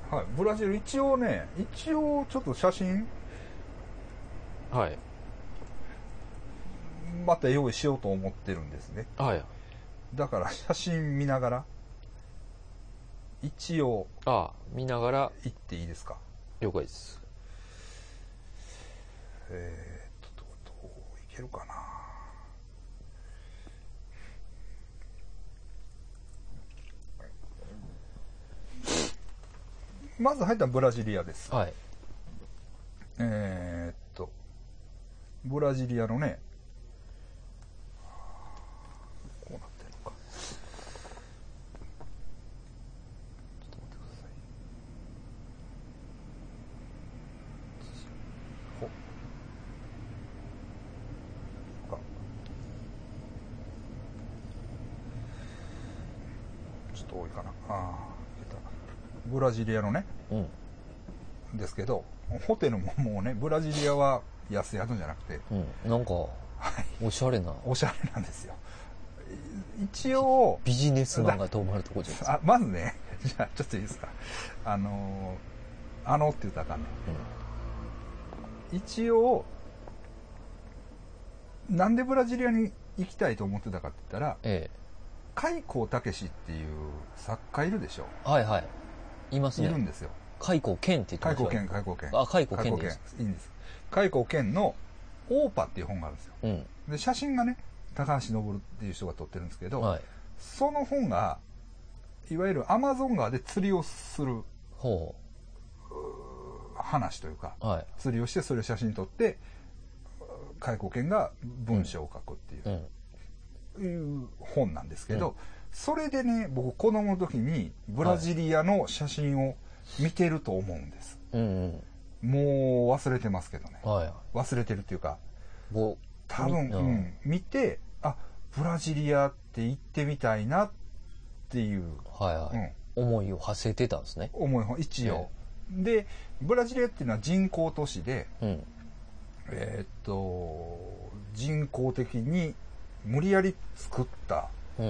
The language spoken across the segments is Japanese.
はい、ブラジル一応ちょっと写真はいまた用意しようと思ってるんですね。 はい。 だから写真見ながら一応ああ、見ながら。 行っていいですか？ 了解です。 どういけるかな。まず入ったのはブラジリアです。 はい。 ブラジリアのね、こうなってるのか。ちょっと待ってください。ほあ、ちょっと多いかな。ブラジリアのね、ですけど、ホテルももうね、ブラジリアは安宿じゃなくて、 なんかおしゃれな、 おしゃれなんですよ。一応ビジネスマンが泊まるとこじゃないですか。 まずね、じゃあちょっといいですか。って言ったらあかんね、一応なんでブラジリアに行きたいと思ってたかって言ったら、海光武っていう作家いるでしょ。 はいはい、いますね。 いるんですよ。 海光健って言ってました。 海光健。 あ、海光健です。 いいんです。海光健のオーパっていう本があるんですよ。で写真がね、高橋昇っていう人が撮ってるんですけど、その本がいわゆるアマゾン川で釣りをする話というか、釣りをしてそれを写真撮って海光健が文章を書くっていう本なんですけど、それでね、僕子供の時にブラジリアの写真を見てると思うんです。もう忘れてますけどね、忘れてるっていうか、多分、見て、あ、ブラジリアって行ってみたいなっていう、 思いを馳せてたんですね。 思い一応、でブラジリアっていうのは人工都市で、人工的に無理やり作った、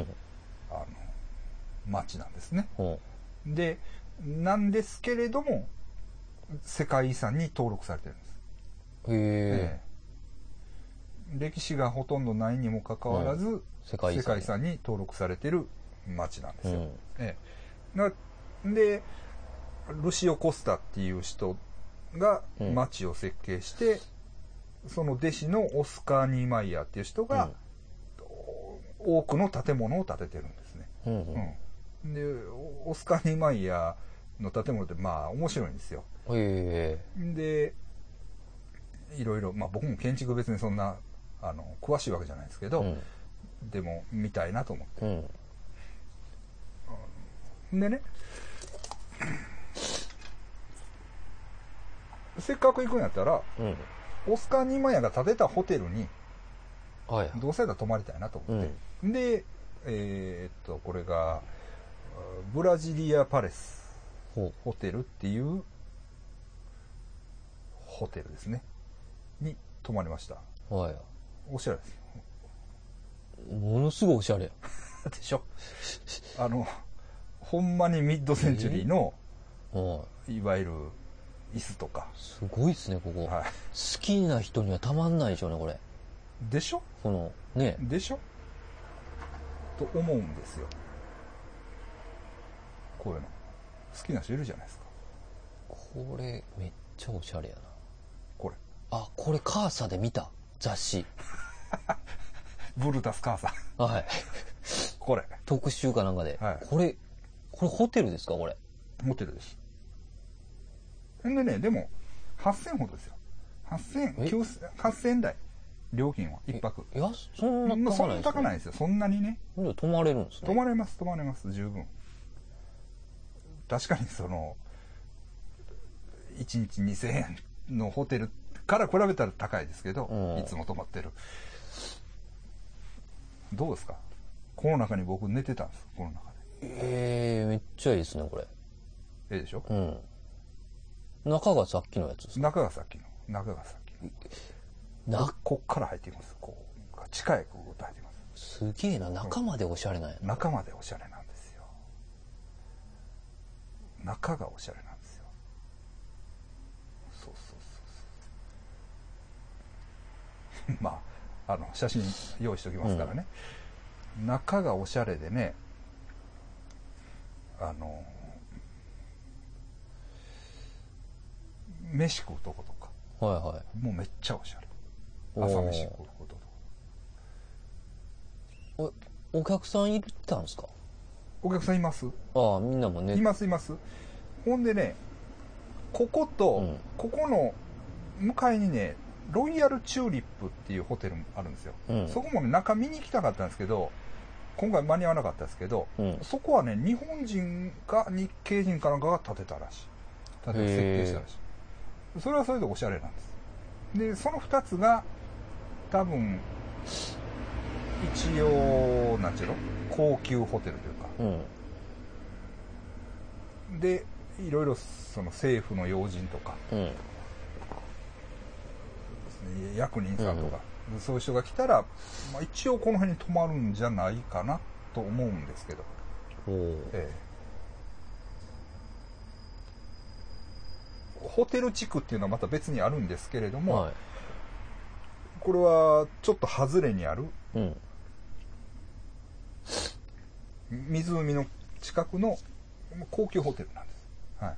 町なんですね。でなんですけれども世界遺産に登録されてるんです。歴史がほとんどないにもかかわらず、世界遺産に登録されてる町なんですよ。でルシオ・コスタっていう人が町を設計して、その弟子のオスカー・ニーマイヤーっていう人が、多くの建物を建ててるんですね。でオスカー・ニーマイヤーの建物ってまあ面白いんですよ。でいろいろ、僕も建築別にそんな詳しいわけじゃないですけど、でも見たいなと思って、でね、せっかく行くんやったら、オスカー・ニーマイヤーが建てたホテルにどうせだったら泊まりたいなと思って、でこれがブラジリア・パレスホテルっていうホテルですねに泊まりました。おしゃれです。 ものすごいおしゃれでしょ。ほんまにミッドセンチュリーの、いわゆる椅子とか。 すごいですねここ、好きな人にはたまんないでしょうねこれ。 でしょ。 このねでしょと思うんですよ。こういうの好きな人いるじゃないですか。 これめっちゃおしゃれやな。 これこれカーサで見た雑誌ブルタス・カーサこれ特集かなんかで、これホテルですか？これホテルです。でね、でも8000ほどですよ。8000円台料金は一泊。 そんな高ないですね。 高ないですよ。そんなにね。 泊まれるんですね。 泊まれます十分。確かにその1日2000円のホテルから比べたら高いですけど、いつも泊まってる。どうですか？この中に僕寝てたんです。この中で。めっちゃいいですねこれ。 でしょ。 中がさっきのやつですか？ 中がさっきの。こっから入っていきます。こう近いこう入っていきます。 すげえな。中までおしゃれなんやな。 中までおしゃれなんですよ。中がおしゃれなんですよ。 まあ、写真用意しておきますからね。中がおしゃれでね、飯食うとことか。 はいはい。 もうめっちゃおしゃれ。朝飯食うこととか。 お客さんいたんですか？ お客さんいます。 ああ、みんなもね。 います。ほんでね、ここと、ここの向かいにね、ロイヤルチューリップっていうホテルもあるんですよ。そこもね、中見に行きたかったんですけど、今回間に合わなかったですけど、そこはね、日本人か日系人かなんかが建てたらしい。設計したらしい。それはそれでおしゃれなんです。で、その2つが、多分、一応、なんちゅうの高級ホテルというか。で、いろいろその政府の要人とか、役人さんとか、そういう人が来たら、まあ、一応この辺に泊まるんじゃないかなと思うんですけど。ホテル地区っていうのはまた別にあるんですけれども、これはちょっと外れにある、湖の近くの高級ホテルなんです。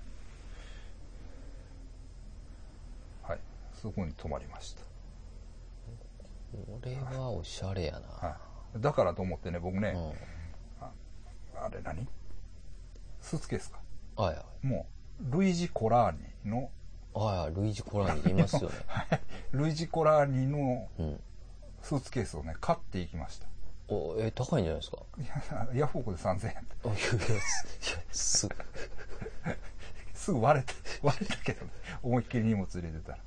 はい。そこに泊まりました。 これはおしゃれやな。 だからと思ってね、僕ね、あれ何？スーツケースか。もう、ルイジ・コラーニの、 ルイジ・コラーニいますよね。 ルイジ・コラーニのスーツケースをね、買っていきました。 高いんじゃないですか？ ヤフオクで3000円やった。すぐ割れたけどね、思いっきり荷物入れてたら。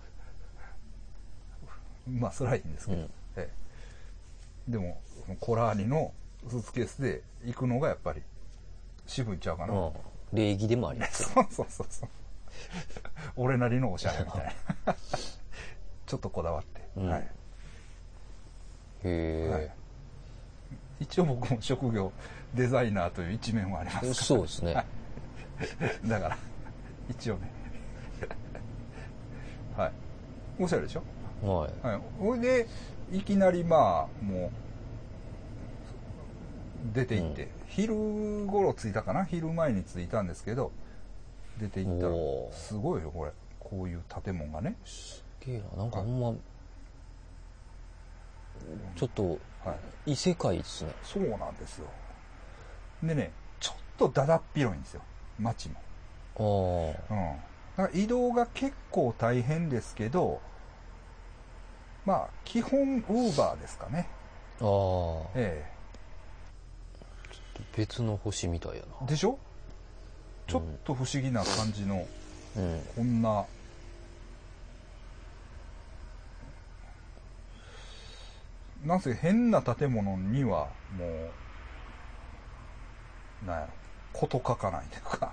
まあそれはいいんですけど、でもコラーニのスーツケースで行くのがやっぱり渋いんちゃうかな。 礼儀でもありますよ。そう俺なりのおしゃれみたいなちょっとこだわって、一応僕も職業デザイナーという一面はありますから。 そうですねだから一応ねおしゃれでしょ。それでいきなりまあもう出て行って、昼頃着いたかな、昼前に着いたんですけど、出て行ったらすごいよこれ、こういう建物がね。 すげえな、なんかほんまちょっと異世界ですね。 そうなんですよ。でね、ちょっとだだっ広いんですよ、街も。だから移動が結構大変ですけど、まあ基本ウーバーですかね。 ちょっと別の星みたいやな。 でしょ。ちょっと不思議な感じの、こんななんせ変な建物にはもうなんやろ、こと書かないというか、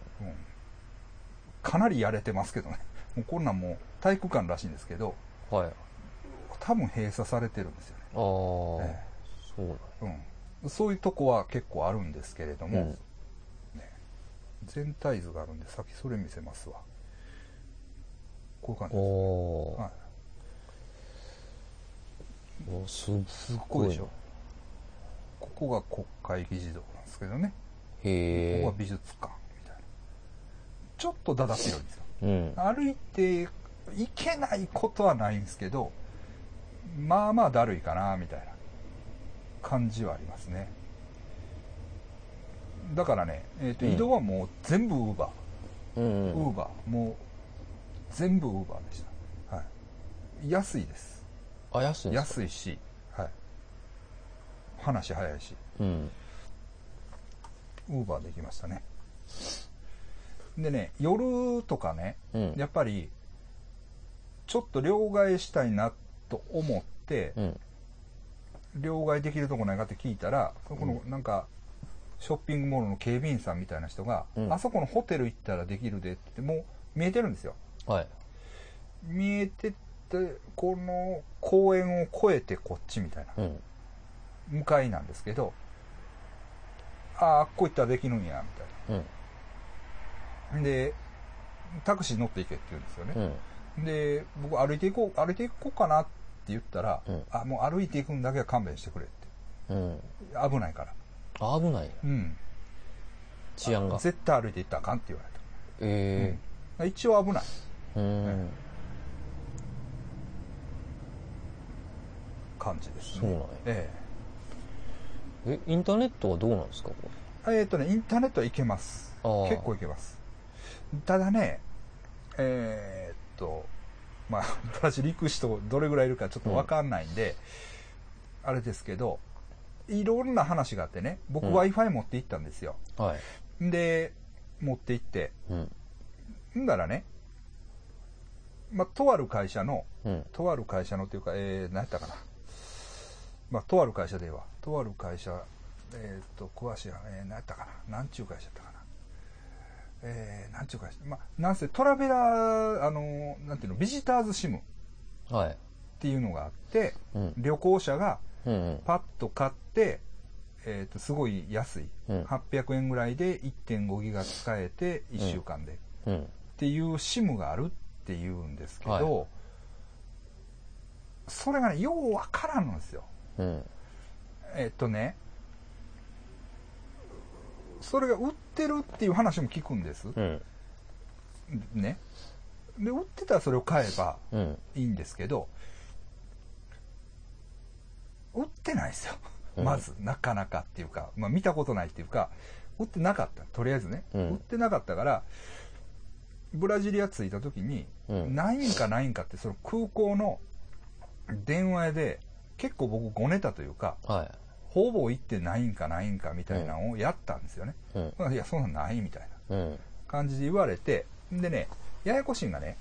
かなりやれてますけどね。もうこんなんもう体育館らしいんですけど、多分閉鎖されてるんですよね。そういうとこは結構あるんですけれども、全体図があるんで、さっきそれ見せますわ。こういう感じです。すっごいでしょ。ここが国会議事堂なんですけどね。ここが美術館みたいな。ちょっとだだっ広いんですよ。歩いて行けないことはないんですけど、まあまあだるいかなみたいな感じはありますね。だからね、移動はもう全部ウーバー。ウーバー。もう全部ウーバーでした。安いです。安いし、話早いし。ウーバーで行きましたね。でね、夜とかね、やっぱりちょっと両替したいなと思って、両替できるとこないかって聞いたら、そこのなんかショッピングモールの警備員さんみたいな人が、あそこのホテル行ったらできるでってもう見えてるんですよ。見えてて、この公園を越えてこっちみたいな、向かいなんですけど、あっこ行ったらできるんやみたいな。でタクシー乗って行けって言うんですよね。で僕歩いていこうかなっ言ったら、あ、もう歩いていくんだけは勘弁してくれって。危ないから。 危ない。治安が。 絶対歩いていったらあかんって言われた。一応危ない。感じですね。 そうなんや。インターネットはどうなんですか？ インターネットはいけます。結構いけます。ただね、まあ、ブラジル行く人どれぐらいいるかちょっとわかんないんで、あれですけど、いろんな話があってね、僕 Wi-Fi 持って行ったんですよ。で、持って行って、んだらね、まあ、とある会社のっていうか、何やったかな。まあ、とある会社では、とある会社、詳しいな、何やったかな。なんちゅう会社だったかな。なんちゅう会社。まあ、なんせトラベラー、なんていうの、ビジターズシムっていうのがあって、旅行者がパッと買って、すごい安い、800円ぐらいで 1.5 ギガ使えて1週間で、っていうシムがあるっていうんですけど、それがね、ようわからんのですよ。それが売ってるっていう話も聞くんです。ね。で、売ってたらそれを買えばいいんですけど、売ってないですよ。まず、なかなかっていうか、まあ見たことないっていうか、売ってなかった。とりあえずね。売ってなかったから、ブラジリア着いた時に、ないんかないんかって、その空港の電話で、結構僕ごねたというか、ほぼ行ってないんかないんかみたいなのをやったんですよね。いや、そんなんないみたいな感じで言われて、でね、ややこしいんがね、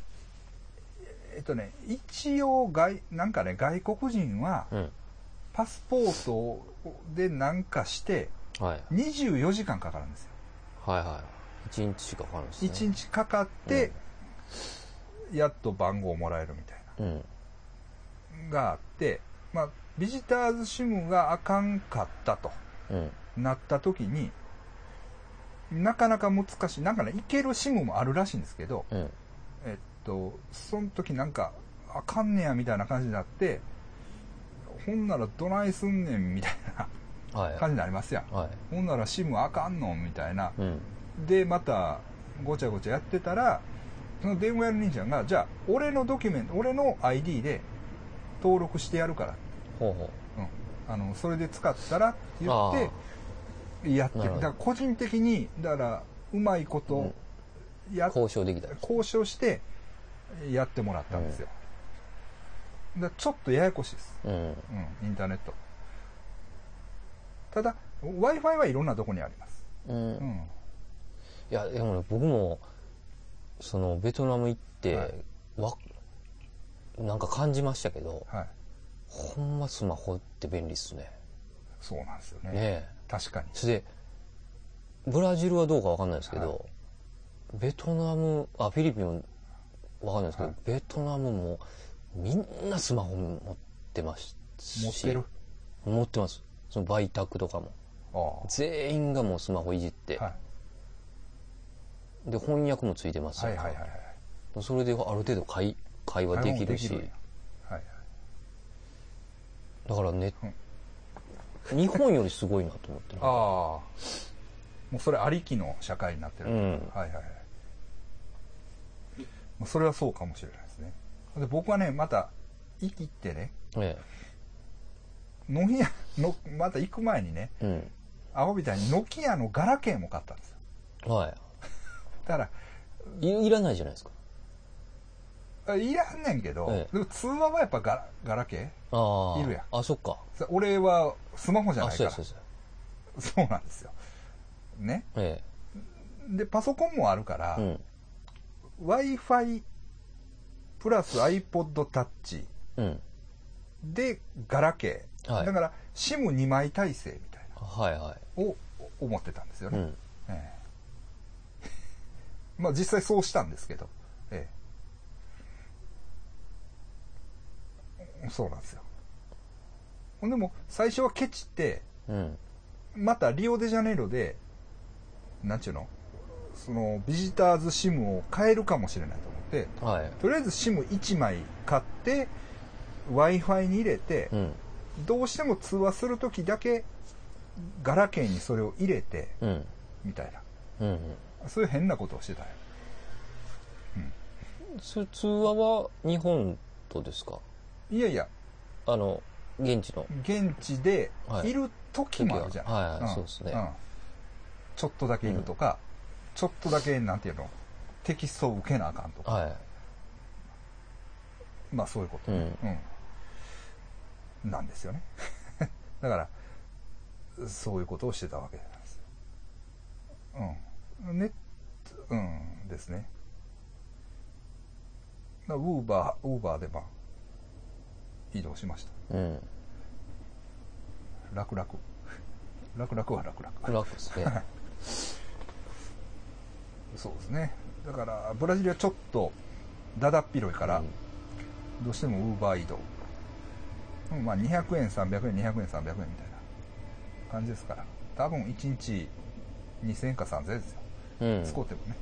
一応なんかね、外国人は、パスポートでなんかして、24時間かかるんですよ。 1日かかるんですね。 1日かかって、やっと番号をもらえるみたいな。があって、まあ、ビジターズシムがあかんかったと、なった時に、なかなか難しい。なんかね、いけるシムもあるらしいんですけど、その時なんか、あかんねやみたいな感じになって、ほんならどないすんねんみたいな感じになりますやん。ほんならシムあかんのみたいな。で、また、ごちゃごちゃやってたら、その電話やる兄ちゃんが、じゃあ、俺のドキュメント、俺の ID で登録してやるから。それで使ったらって言ってやってる。だから個人的にだからうまいこと交渉できた。 交渉してやってもらったんですよ。だちょっとややこしいです。インターネット。ただ Wi-Fi はいろんなとこにあります。 いやでもね、僕もそのベトナム行って、なんか感じましたけど。ほんまスマホって便利っすね。 そうなんですよね。確かに。 それで、ブラジルはどうかわかんないですけど、ベトナム、フィリピンもわかんないですけど、ベトナムもみんなスマホ持ってますし。 持ってる？ 持ってます。その売宅とかも。全員がもうスマホいじって。で、翻訳もついてますよ。それである程度会話できるし。だからね、日本よりすごいなと思ってる。 もうそれありきの社会になってる。それはそうかもしれないですね。で僕はね、また行きってね、ノキアのまた行く前にね、アホみたいにノキアのガラケーも買ったんですよ。だからいらないじゃないですか。 いらんねんけど、でも通話はやっぱガラケーいるやん。 そっか。 俺はスマホじゃないから。そうなんですよ。ね。で、パソコンもあるから、Wi-Fi プラス iPod Touch でガラケー。だから SIM2 枚体制みたいなを思ってたんですよね。まあ実際そうしたんですけど。そうなんですよ。ほんでも最初はケチって、またリオデジャネイロでなんちゅうの、そのビジターズシムを変えるかもしれないと思って、とりあえずシム1枚買って Wi-Fi に入れて、どうしても通話するときだけガラケーにそれを入れて、みたいな、そういう変なことをしてたよ。 通話は日本とですか？ いやいや、 現地でいる時もあるじゃない。 そうですね。 ちょっとだけいるとか、ちょっとだけなんていうの、テキストを受けなあかんとか、まあそういうこと、なんですよね。だからそういうことをしてたわけなんですよ。ネット、ですね。ウーバーで移動しました。楽々は楽々。 楽ですね。 そうですね。だからブラジルはちょっとだだっ広いから、どうしてもウーバー移動、まあ200円300円200円300円みたいな感じですから、多分1日2000円か3000円ですよ、使うてもね、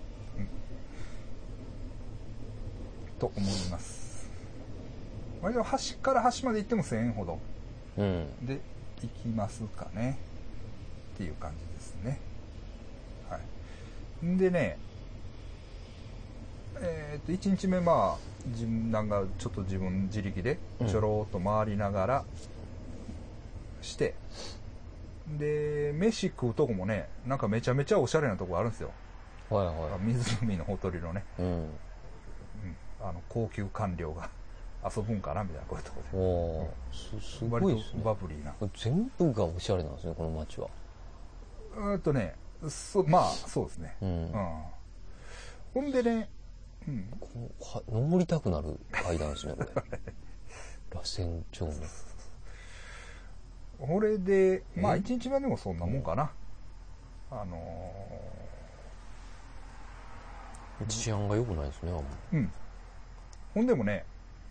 と思います。割と端から端まで行っても1000円ほどで行きますかねっていう感じですね。はい。でね、1日目なんかちょっと自分自力でちょろっと回りながらして、で飯食うとこもね、なんかめちゃめちゃおしゃれなとこあるんですよ。湖のほとりのね、高級官僚が遊ぶんかなみたいな、こういうとこで。 すごいですね。 バブリーな。 全部がおしゃれなんですね、この街は。 まあそうですね。ほんでね、 登りたくなる階段ですね、これ。螺旋状の。 これでまあ1日目でもそんなもんかな。 治安が良くないですね。 ほんでもね、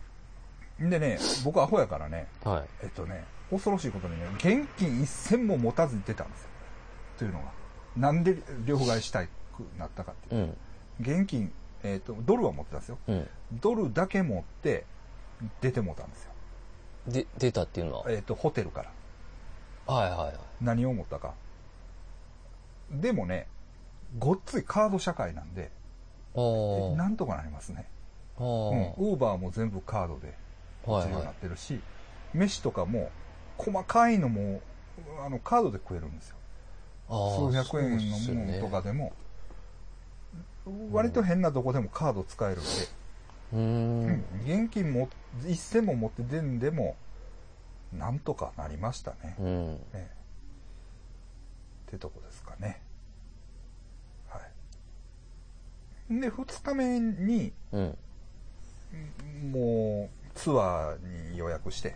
僕アホやからね、恐ろしいことにね、現金一銭も持たずに出たんですよ。というのが、なんで両替したくなったかっていう。現金、ドルは持ってたんですよ。ドルだけ持って出てもうたんですよ。 出たっていうのはホテルから。何を持ったか。でもね、ごっついカード社会なんで、なんとかなりますね。ウーバーも全部カードで落ちるようになってるし、飯とかも細かいのもカードで食えるんですよ。数百円のものとかでも、割と変なとこでもカード使えるんで、現金も一銭も持って出んでもなんとかなりましたね。ってとこですかね。で2日目に、もうツアーに予約して、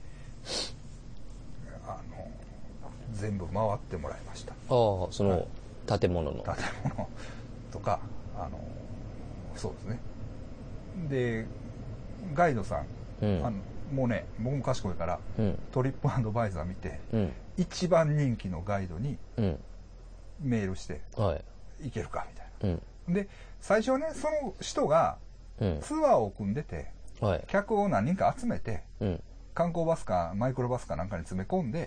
全部回ってもらいました。 その建物とか、そうですね。でガイドさん、もうね、僕も賢いから、トリップアドバイザー見て、一番人気のガイドにメールして、行けるかみたいな。で最初はね、その人がツアーを組んでて、客を何人か集めて、観光バスかマイクロバスかなんかに詰め込んで、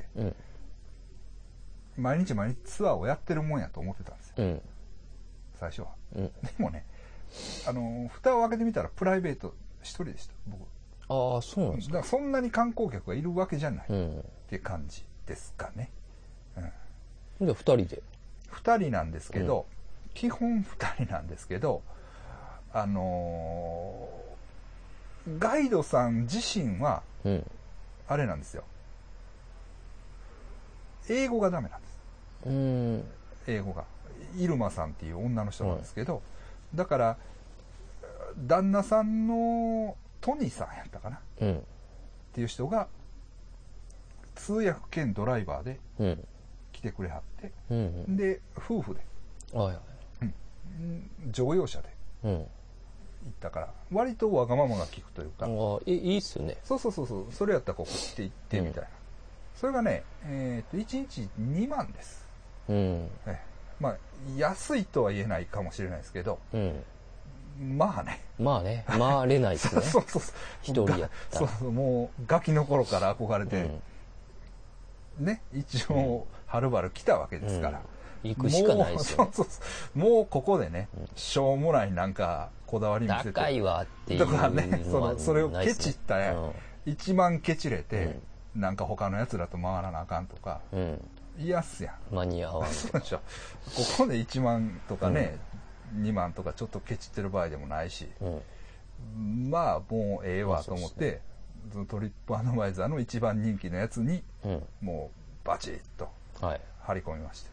毎日ツアーをやってるもんやと思ってたんですよ、最初は。でもね、蓋を開けてみたらプライベート一人でした、僕。 そうなんですか。 だからそんなに観光客がいるわけじゃないっていう感じですかね。 で2人で 2人なんですけど、基本2人なんですけど、ガイドさん自身は、あれなんですよ、英語がダメなんです。英語がイルマさんっていう女の人なんですけど、だから旦那さんのトニーさんやったかな、っていう人が通訳兼ドライバーで来てくれはって、で夫婦で、乗用車で行ったから、割とわがままが利くというか、 いいっすよね。 そう、それやったらここ来て行ってみたいな。それがね、1日2万です。まあ安いとは言えないかもしれないですけど、 まあね。 まあね。回れないですね。 そうそうそう。 一人やったら。 そうそう、もうガキの頃から憧れて、ね、一応、はるばる来たわけですから。 行くしかないですよね。 そうそうそう。もうここでね、しょうもないなんか、こだわり見せて。 高いわっていうだからね、それをケチったら、 1万ケチれて、なんか他の奴らと回らなあかんとか、嫌っすやん。 間に合わん。 そうでしょ。ここで1万とかね、2万とかちょっとケチってる場合でもないし、まあもうええわと思って、そのトリップアドバイザーの一番人気のやつに、もうバチッと張り込みまして。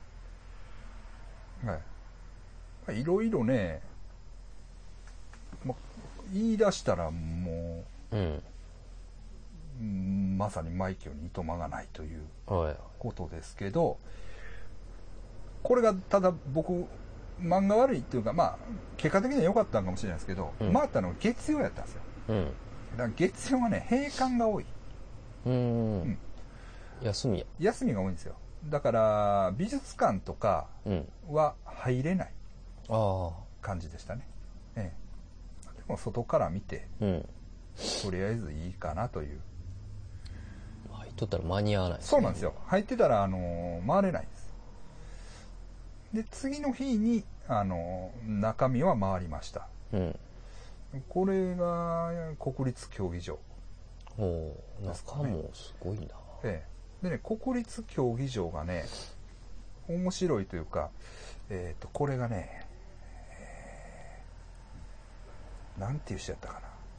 はい。いろいろね、言い出したらもう、まさに枚挙にいとまがないということですけど、これがただ僕、漫画悪いっていうか、まあ、結果的には良かったんかもしれないですけど、回ったのが月曜やったんですよ。だから月曜はね、閉館が多い。 休みが多いんですよ。だから、美術館とかは入れない感じでしたね。でも外から見て、とりあえずいいかなという。 入っとったら間に合わないですね。 そうなんですよ。入ってたら、回れないんです。で、次の日に、中身は回りました。これが、国立競技場。 中もすごいな。 でね、国立競技場がね、面白いというか、これがね、なんていう人やったかな。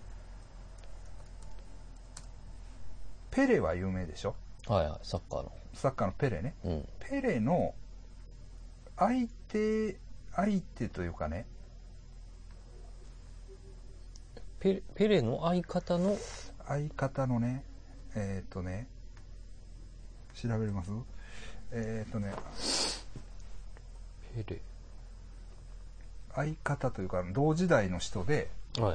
ペレは有名でしょ？ はいはい、サッカーのペレね。ペレの相手というかね。 ペレの相方のね、調べれます？ペレ。相方というか、同時代の人で、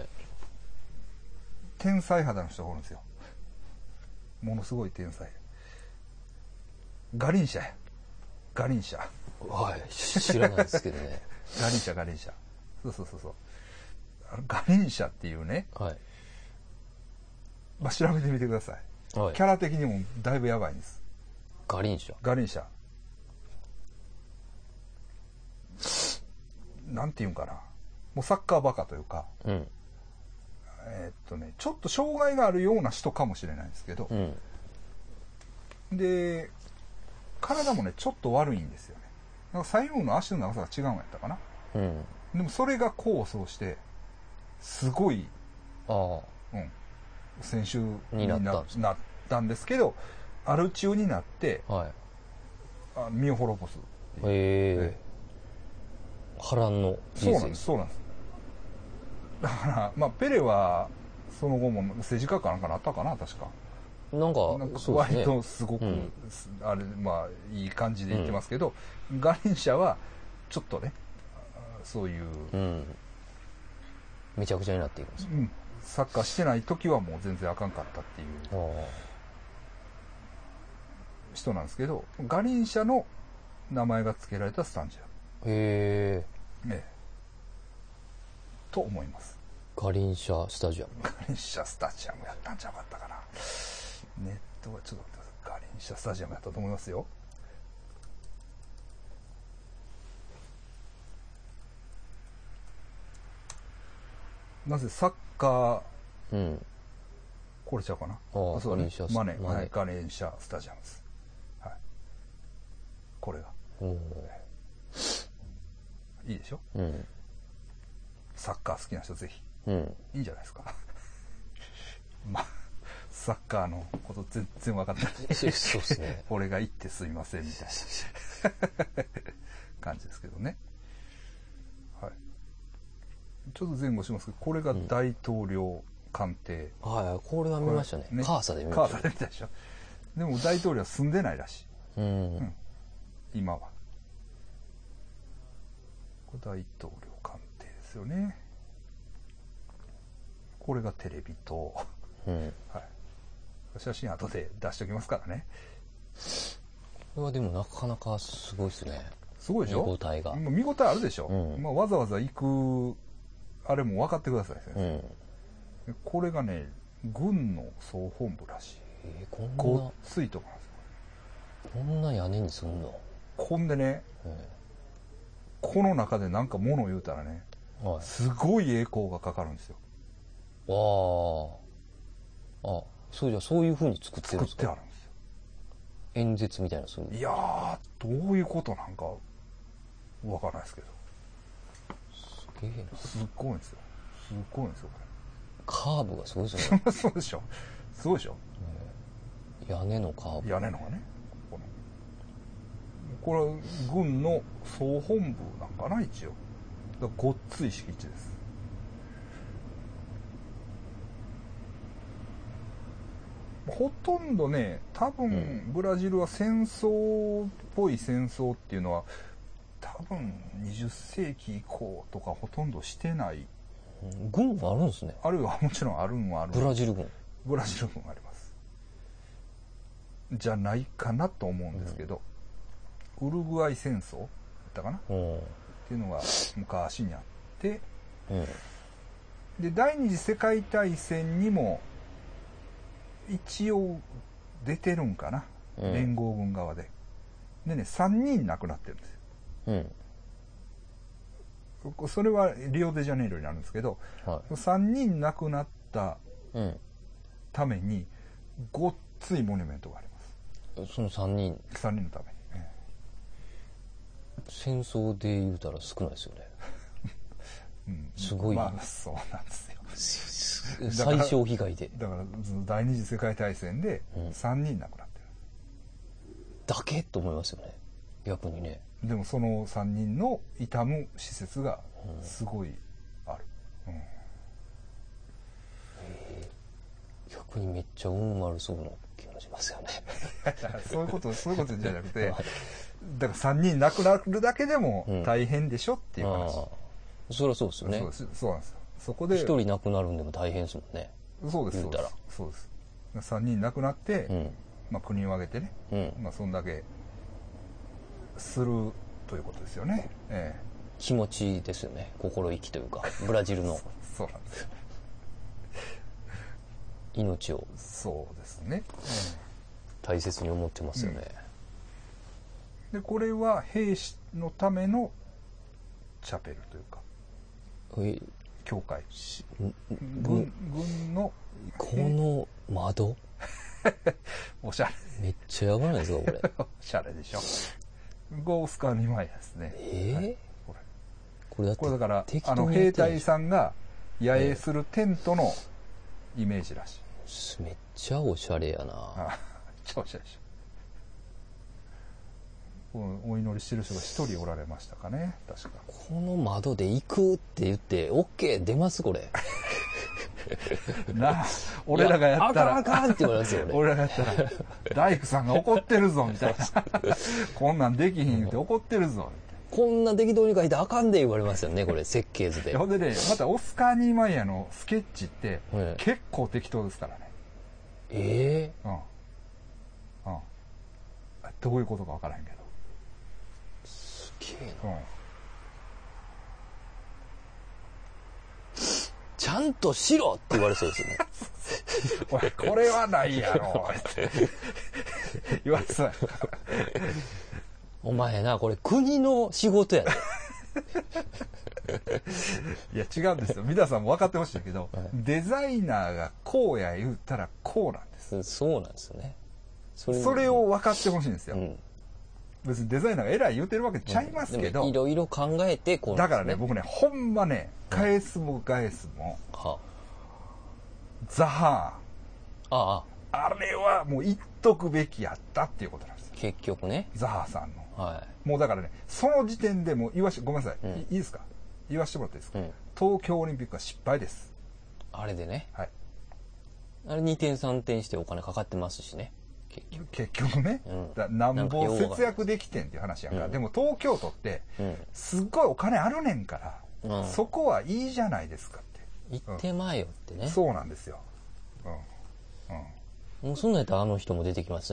天才肌の人がおるんですよ。ものすごい天才。ガリンシャ。 はい、知らないですけどね。 ガリンシャ。そう。ガリンシャっていうね、調べてみてください。キャラ的にもだいぶやばいんです。 ガリンシャ。 なんていうんかな。もうサッカーバカというか、ちょっと障害があるような人かもしれないですけど、で、体もね、ちょっと悪いんですよね。なんか左右の足の長さが違うんやったかな。でもそれが功を奏して、すごい、選手になったんですけど、アル中になって、身を滅ぼす。 波乱の人生。そうなんです。だから、ペレは、その後も政治家かなんかなったかな、確か。 なんか割とすごく、いい感じで言ってますけど、ガリンシャは、ちょっとね、そういう、 めちゃくちゃになっていくんですか？ サッカーしてない時はもう全然あかんかったっていう人なんですけど、ガリンシャの名前が付けられたスタジアム。と思います。 ガリンシャスタジアムやったんちゃうかったかな。ネットはちょっと待ってください。ガリンシャスタジアムやったと思いますよ。なぜサッカー、これちゃうかな。 ガリンシャガリンシャスタジアムです。これが。いいでしょ？サッカー好きな人ぜひ。いいんじゃないですか。サッカーのこと全然分かってない。 そうですね。 俺が言ってすいませんみたいな感じですけどね。ちょっと前後しますけど、これが大統領官邸。 これは見ましたね。カーサで見ました。 カーサで見たでしょ。でも大統領は住んでないらしい。今は。これ大統領官邸ですよね。これがテレビ塔。写真後で出しておきますからね。 これはでもなかなかすごいですね。 すごいでしょ？ 見応えが。 見応えあるでしょ？わざわざ行くあれも分かってください先生、これがね軍の総本部らしい。 こんなごっついとこなんですよ。 こんな屋根にすんの。 ほんでね、この中でなんか物を言うたらね、すごい栄光がかかるんですよ。 そうじゃそういう風に作ってるんですか。 作ってあるんですよ。 演説みたいなする。 いやー、どういうことなんかわからないですけど。 すげえな。 すっごいんですよ。すっごいんですよこれ。 カーブがすごいですよね。 そうでしょ。すごいでしょ。 屋根のカーブ。 屋根のがね。これ軍の総本部なんかな一応。だからごっつい敷地です。ほとんどね、多分ブラジルは戦争っぽい戦争っていうのは多分20世紀以降とかほとんどしてない。 軍はあるんですね。 あるいはもちろんあるんはある。 ブラジル軍あります。じゃないかなと思うんですけど、ウルグアイ戦争だったかな、っていうのが昔にあって、で第二次世界大戦にも一応出てるんかな、連合軍側で。でね、3人亡くなってるんですよ。それはリオデジャネイロになるんですけど、3人亡くなったためにごっついモニュメントがあります。 その3人のために。 戦争で言うたら少ないですよね。すごい。 そうなんですよ。最小被害で。 だから第二次世界大戦で3人亡くなってる。 だけと思いますよね。逆にね。 でもその3人の悼む施設がすごいある。 逆にめっちゃ運悪そうな気がしますよね。 そういうことじゃなくて、だから3人亡くなるだけでも大変でしょっていう話。 そりゃそうですよね。 そうなんですよ。そこで 1人亡くなるんでも大変ですもんね。 そうです。そうです。3人亡くなって、国を挙げてね、そんだけするということですよね。 気持ちですよね。心意気というか、ブラジルの。 そうなんですよ。 命を。 そうですね。 大切に思ってますよね。 でこれは兵士のためのチャペルというか教会。軍のこの窓おしゃれ。 めっちゃやばないですかこれ。 おしゃれでしょ。ゴースカー2枚ですね。これだから兵隊さんが野営するテントのイメージらしい。めっちゃおしゃれやな。 めっちゃおしゃれでしょ。お祈りしてる人が一人おられましたかね、確か。 この窓で行くって言って OK 出ますこれ。 なあ、俺らがやったらあかんって言われますよね。 俺らがやったら大工さんが怒ってるぞみたいな。こんなんできひんって怒ってるぞみたいな。 こんな適当に書いてあかんで言われますよねこれ設計図で。 ほんでね、またオスカー・ニーマイヤーのスケッチって結構適当ですからね。どういうことか分からへんけど。 すげえな。ちゃんとしろって言われそうですよね。 おい、これはないやろって言われそうや。 お前な、これ国の仕事やで。 いや違うんですよ。皆さんも分かってほしいけど、デザイナーがこうや言うたらこうなんです。 そうなんですよね。 それを分かってほしいんですよ。別にデザイナーが偉い言うてるわけちゃいますけど、 いろいろ考えてこうだからね、僕ね、ほんまね、返すもザハーン、あれはもう言っとくべきやったっていうことなんですよ。 結局ね、 ザハーさんの、もうだからね、その時点でもうごめんなさい、いいですか、言わせてもらっていいですか、東京オリンピックは失敗です。 あれでね、 はい、 あれ2点3点してお金かかってますしね、 結局ね、なんぼ節約できてんっていう話やんか。でも東京都ってすっごいお金あるねんから、そこはいいじゃないですかって。 行ってまえよってね。 そうなんですよ。 もうそんなんやったらあの人も出てきますね。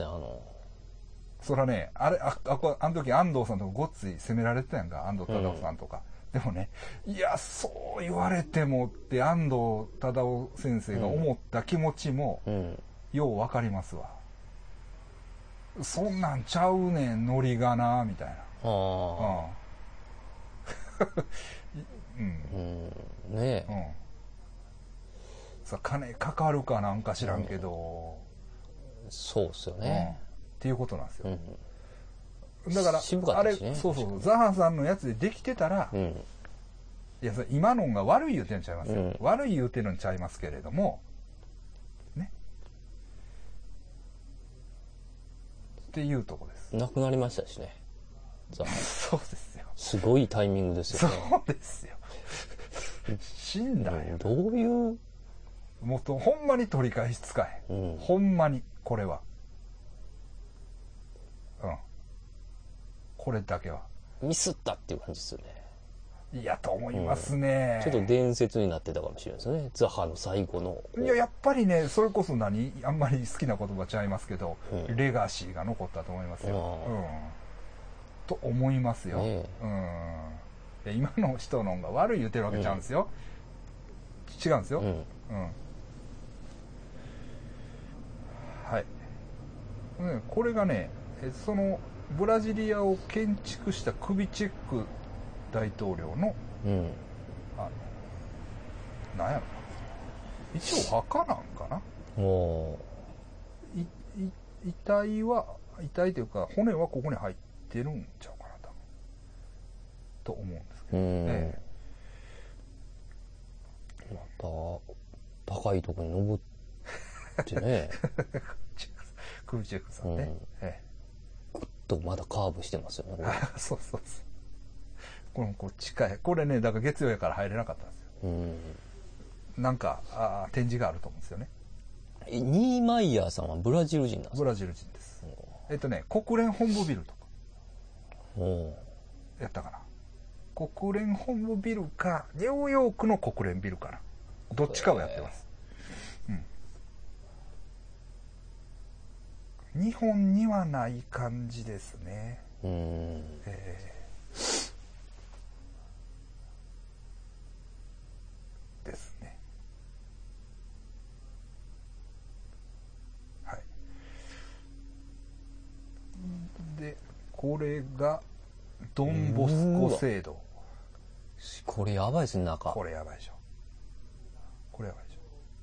そらね、あの時安藤さんとかごっつい責められてたやんか。安藤忠雄さんとか、 でもね、いや、そう言われてもって安藤忠雄先生が思った気持ちも、ようわかりますわ。そんなんちゃうねん、ノリがな、みたいな。 ねえ。 さあ、金かかるかなんか知らんけど。 そうっすよね。 っていうことなんですよ。だから、あれ、そうそう、ザハさんのやつでできてたら、いや、今のが悪い言うてるんちゃいますよ。悪い言うてるんちゃいますけれども、ね。っていうとこです。 亡くなりましたしね。 そうですよ。 すごいタイミングですよね。 そうですよ。死んだよ。 どういう。 もっと、ほんまに取り返しつかへん。ほんまに、これは。これだけは。 ミスったっていう感じですよね。 いや、と思いますね。 ちょっと伝説になってたかもしれないですね。ザハの最後の。 いや、やっぱりね、それこそあんまり好きな言葉ちゃいますけど、レガシーが残ったと思いますよ。と思いますよ。今の人のが悪い言うてるわけちゃうんですよ。違うんですよ。はい。これがね、そのブラジリアを建築したクビチェック大統領の、なんやろな。一応墓なんかな。遺体というか骨はここに入ってるんちゃうかなと思うんですけど。また高いところに登ってね。 クビチェックさんね。 ぐっとまだカーブしてますよね。 そうそうそう。こっちかい。これね、だから月曜やから入れなかったんですよ。なんか展示があると思うんですよね。 ニーマイヤーさんはブラジル人なんですか？ ブラジル人です。国連本部ビルとか。やったかな。国連本部ビルか、ニューヨークの国連ビルかな。どっちかをやってます。日本にはない感じですね。ですね。はい。で、これがドンボスコ制度。 これやばいですね、中。 これやばいでしょ。これやばいでし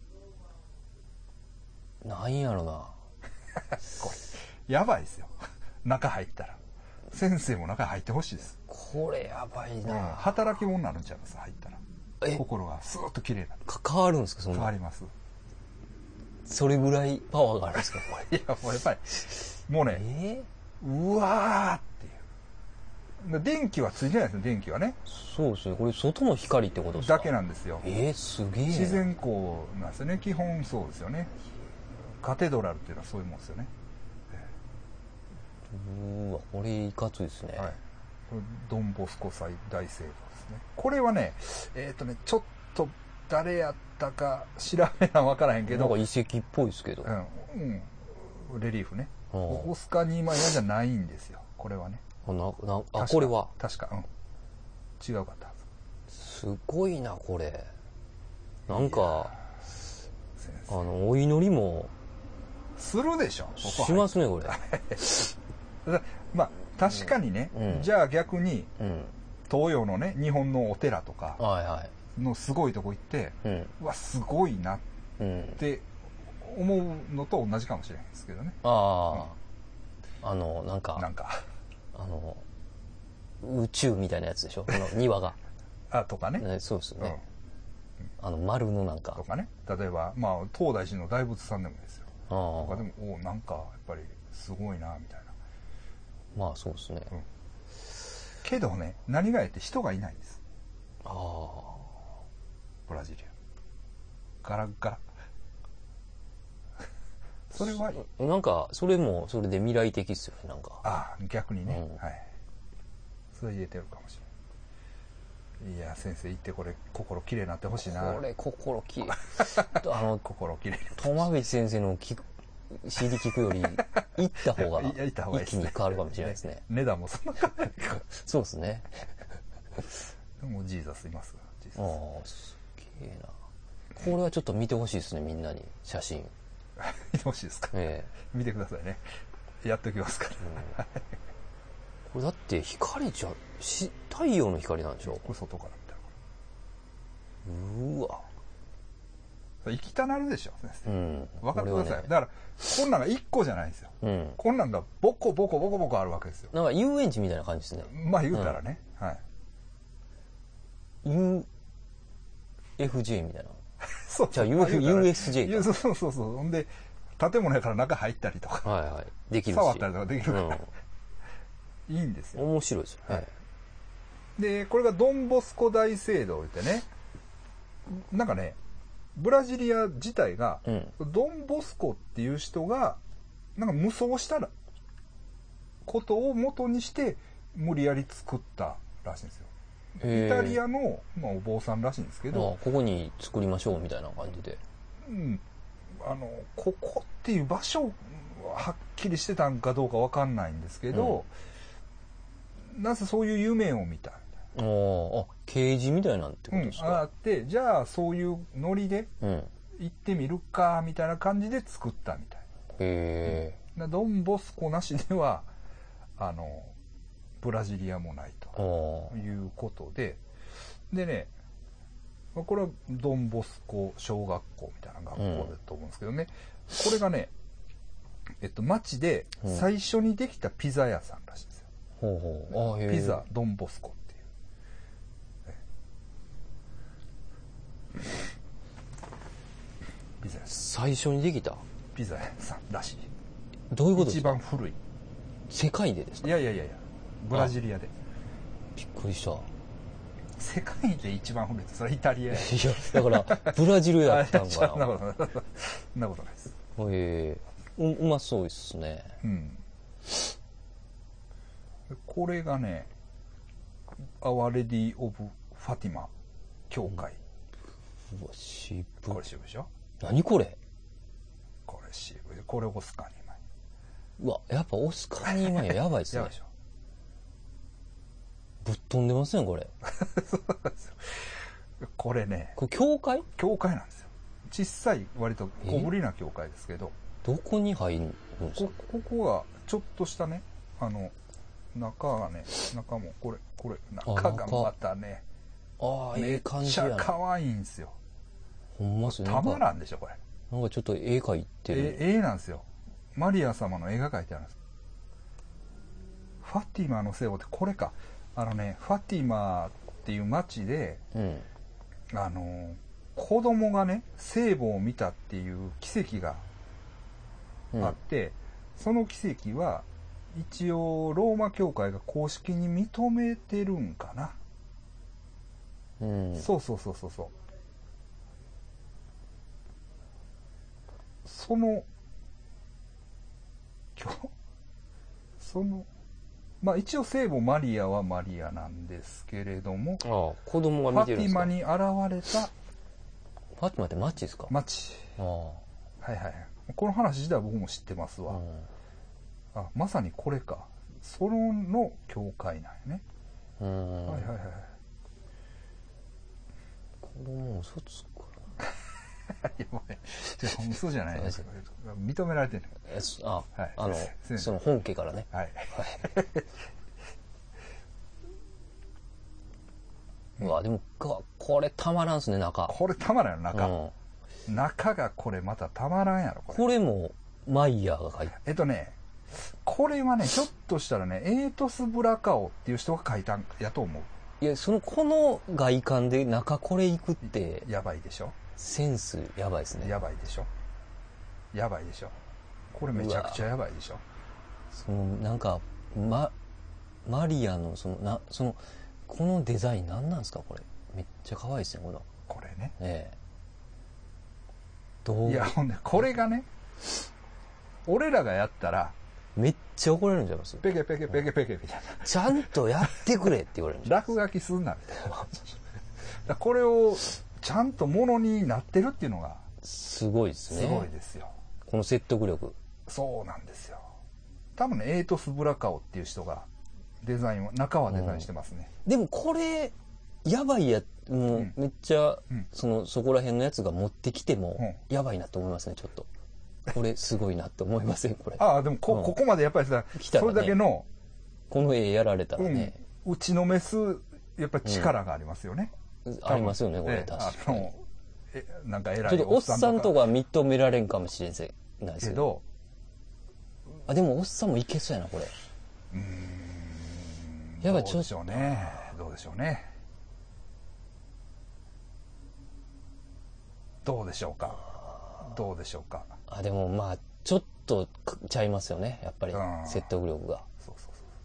ょ。なんやろな。 これやばいですよ。中入ったら。先生も中入ってほしいです。 これやばいな。 働き者になるんちゃいます、入ったら。心がスーッと綺麗になる。 変わるんですか、そんな。 変わります。 それぐらいパワーがあるんですか、これ。いや、もうやっぱり、もうね、うわーっていう。電気はついてないですよ、電気はね。 そうですね。これ外の光ってことですか？ だけなんですよ。 すげえ。 自然光なんですよね。基本そうですよね。カテドラルっていうのはそういうもんですよね。 これいかついですね。 はい。これドンボスコ大聖堂ですね。これはね、ちょっと誰やったか調べな分からへんけど。 なんか遺跡っぽいですけど。 レリーフね。オスカー・ニーマイヤーじゃないんですよ。これはね。 これは確か、違うかったはず。すごいな、これ。なんか、お祈りも、 するでしょ。 しますね、これ。 まあ、確かにね、じゃあ逆に、東洋のね、日本のお寺とかのすごいとこ行って、うわ、すごいなって思うのと同じかもしれないですけどね。 なんか、宇宙みたいなやつでしょ、この庭が。 とかね。 そうですよね。丸のなんか。 とかね。例えば、東大寺の大仏さんでもですよ。とかでも、なんか、やっぱり、すごいな、みたいな。 まあ、そうですね。 けどね、何がやって人がいないんです。ブラジリア。ガラガラ。それは、 なんか、それも、それで未来的っすよね、なんか。 逆にね。はい。それ入れてるかもしれない。いや、先生言ってこれ、心きれいになってほしいな。 これ、心きれい。 心きれい。 苫口先生のCD 聞くより、行った方が、一気に変わるかもしれないですね。 値段もそんな変わらないか。 そうですね。 もうジーザスいますジーザス。 ああ、すげえな。これはちょっと見てほしいですね、みんなに。写真。 見てほしいですか？見てくださいね。やっときますから。 これだって光じゃ、太陽の光なんでしょ？ これ外から見たら。 うわ。 生きたなるでしょ、先生。分かってください。 ね、 だから、こんなんが1個じゃないんですよ。こんなんがボコボコボコボコあるわけですよ。 なんか遊園地みたいな感じですね。 まあ言うたらね。はい。 UFJ みたいな。 そう。 じゃあ USJ か。そうそうそう。ほんで、建物やから中入ったりとか。 はいはい。できるし。 触ったりとかできるから。いいんですよ。 面白いですよ。はい。 で、これがドンボスコ大聖堂ってね、なんかね、ブラジリア自体が、ドンボスコっていう人が、なんか無双したことを元にして、無理やり作ったらしいんですよ。イタリアの、まあ、お坊さんらしいんですけど、 ここに作りましょうみたいな感じで。 ここっていう場所はっきりしてたんかどうかわかんないんですけど、なぜそういう夢を見た。 刑事みたいなんてことですか？ あって、じゃあそういうノリで行ってみるかみたいな感じで作ったみたいな。ドンボスコなしではブラジリアもないということで、でね、これはドンボスコ小学校みたいな学校だと思うんですけどね、これがね、町で最初にできたピザ屋さんらしいんですよ。ピザドンボスコ。ピザ屋さん最初にできたピザ屋さんらしい。 どういうことですか？ 一番古い。 世界でですか？ いやブラジリアで。 びっくりした。 世界で一番古いってそれはイタリア。いやだからブラジルやったんかな。 そんなことないです。 うまそうですね。 これがね、アワレディ・オブ・ファティマ教会。 うわ、渋い。 これ渋いでしょ？ 何これ？ これ渋い。これオスカーニーマイ。 うわ、やっぱオスカーニーマイやばいっすね。 やばいでしょ？ ぶっ飛んでますね、これ。 そうなんですよ。これね。 これ教会？ 教会なんですよ。小さい、割と小ぶりな教会ですけど。 どこに入るんですか？ ここが、ちょっとしたね、中がね、中も、これ、中がまたね、 ええ感じやな。 めっちゃ可愛いんですよ。 ほんまっすね。 たまらんでしょ、これ。 なんかちょっと絵描いてる。 絵なんですよ。マリア様の絵が描いてあるんです。ファティマの聖母ってこれか。ファティマっていう町で、子供がね、聖母を見たっていう奇跡があって、その奇跡は、一応、ローマ教会が公式に認めてるんかな。そう。まあ一応聖母マリアはマリアなんですけれども、 子供が見てるんですか？ ファティマに現れた。 ファティマって町ですか？ 町。はいはい。この話自体は僕も知ってますわ。まさにこれか。その教会なんやね。はい。 これもう嘘つくかいや、もうね、嘘じゃないです認められてる。 その本家からね。はい。うわ、でも、これたまらんすね、中。 これたまらんよ、中。中がこれまたたまらんやろ、 これも、マイヤーが書いてこれはね、ひょっとしたらね、エートス・ブラカオっていう人が書いたんやと思う。 いや、この外観で中これ行くって。 やばいでしょ？ センスやばいですね。 やばいでしょ？これめちゃくちゃやばいでしょ？ なんか、マリアの、このデザイン何なんですか、これ。めっちゃ可愛いですね、 これね。 いや、ほんで、これがね、俺らがやったら、 めっちゃ怒られるんじゃないですか？ ペケみたいな。 ちゃんとやってくれって言われるんじゃないですか？ 落書きすんな、みたいな。これを、ちゃんとものになってるっていうのが、 すごいですね。 すごいですよ。 この説得力。 そうなんですよ。多分ね、エートス・ブラカオっていう人が、中はデザインしてますね。 でもこれ、 やばいもうめっちゃ、そこら辺のやつが持ってきても、やばいなと思いますね、ちょっと。これすごいなと思いません、これ。 でもここまでやっぱりさ、それだけの、 この絵やられたらね。 打ちのめす、やっぱり力がありますよね。 ありますよね、これ、確かに。 なんか偉いちょっとおっさんとか認められんかもしれないですけど。でもおっさんもいけそうやな、これ。やばい、ちょっと。 どうでしょうね。どうでしょうね。どうでしょうか。どうでしょうか。 でもまあ、ちょっとちゃいますよね、やっぱり、説得力が。 そう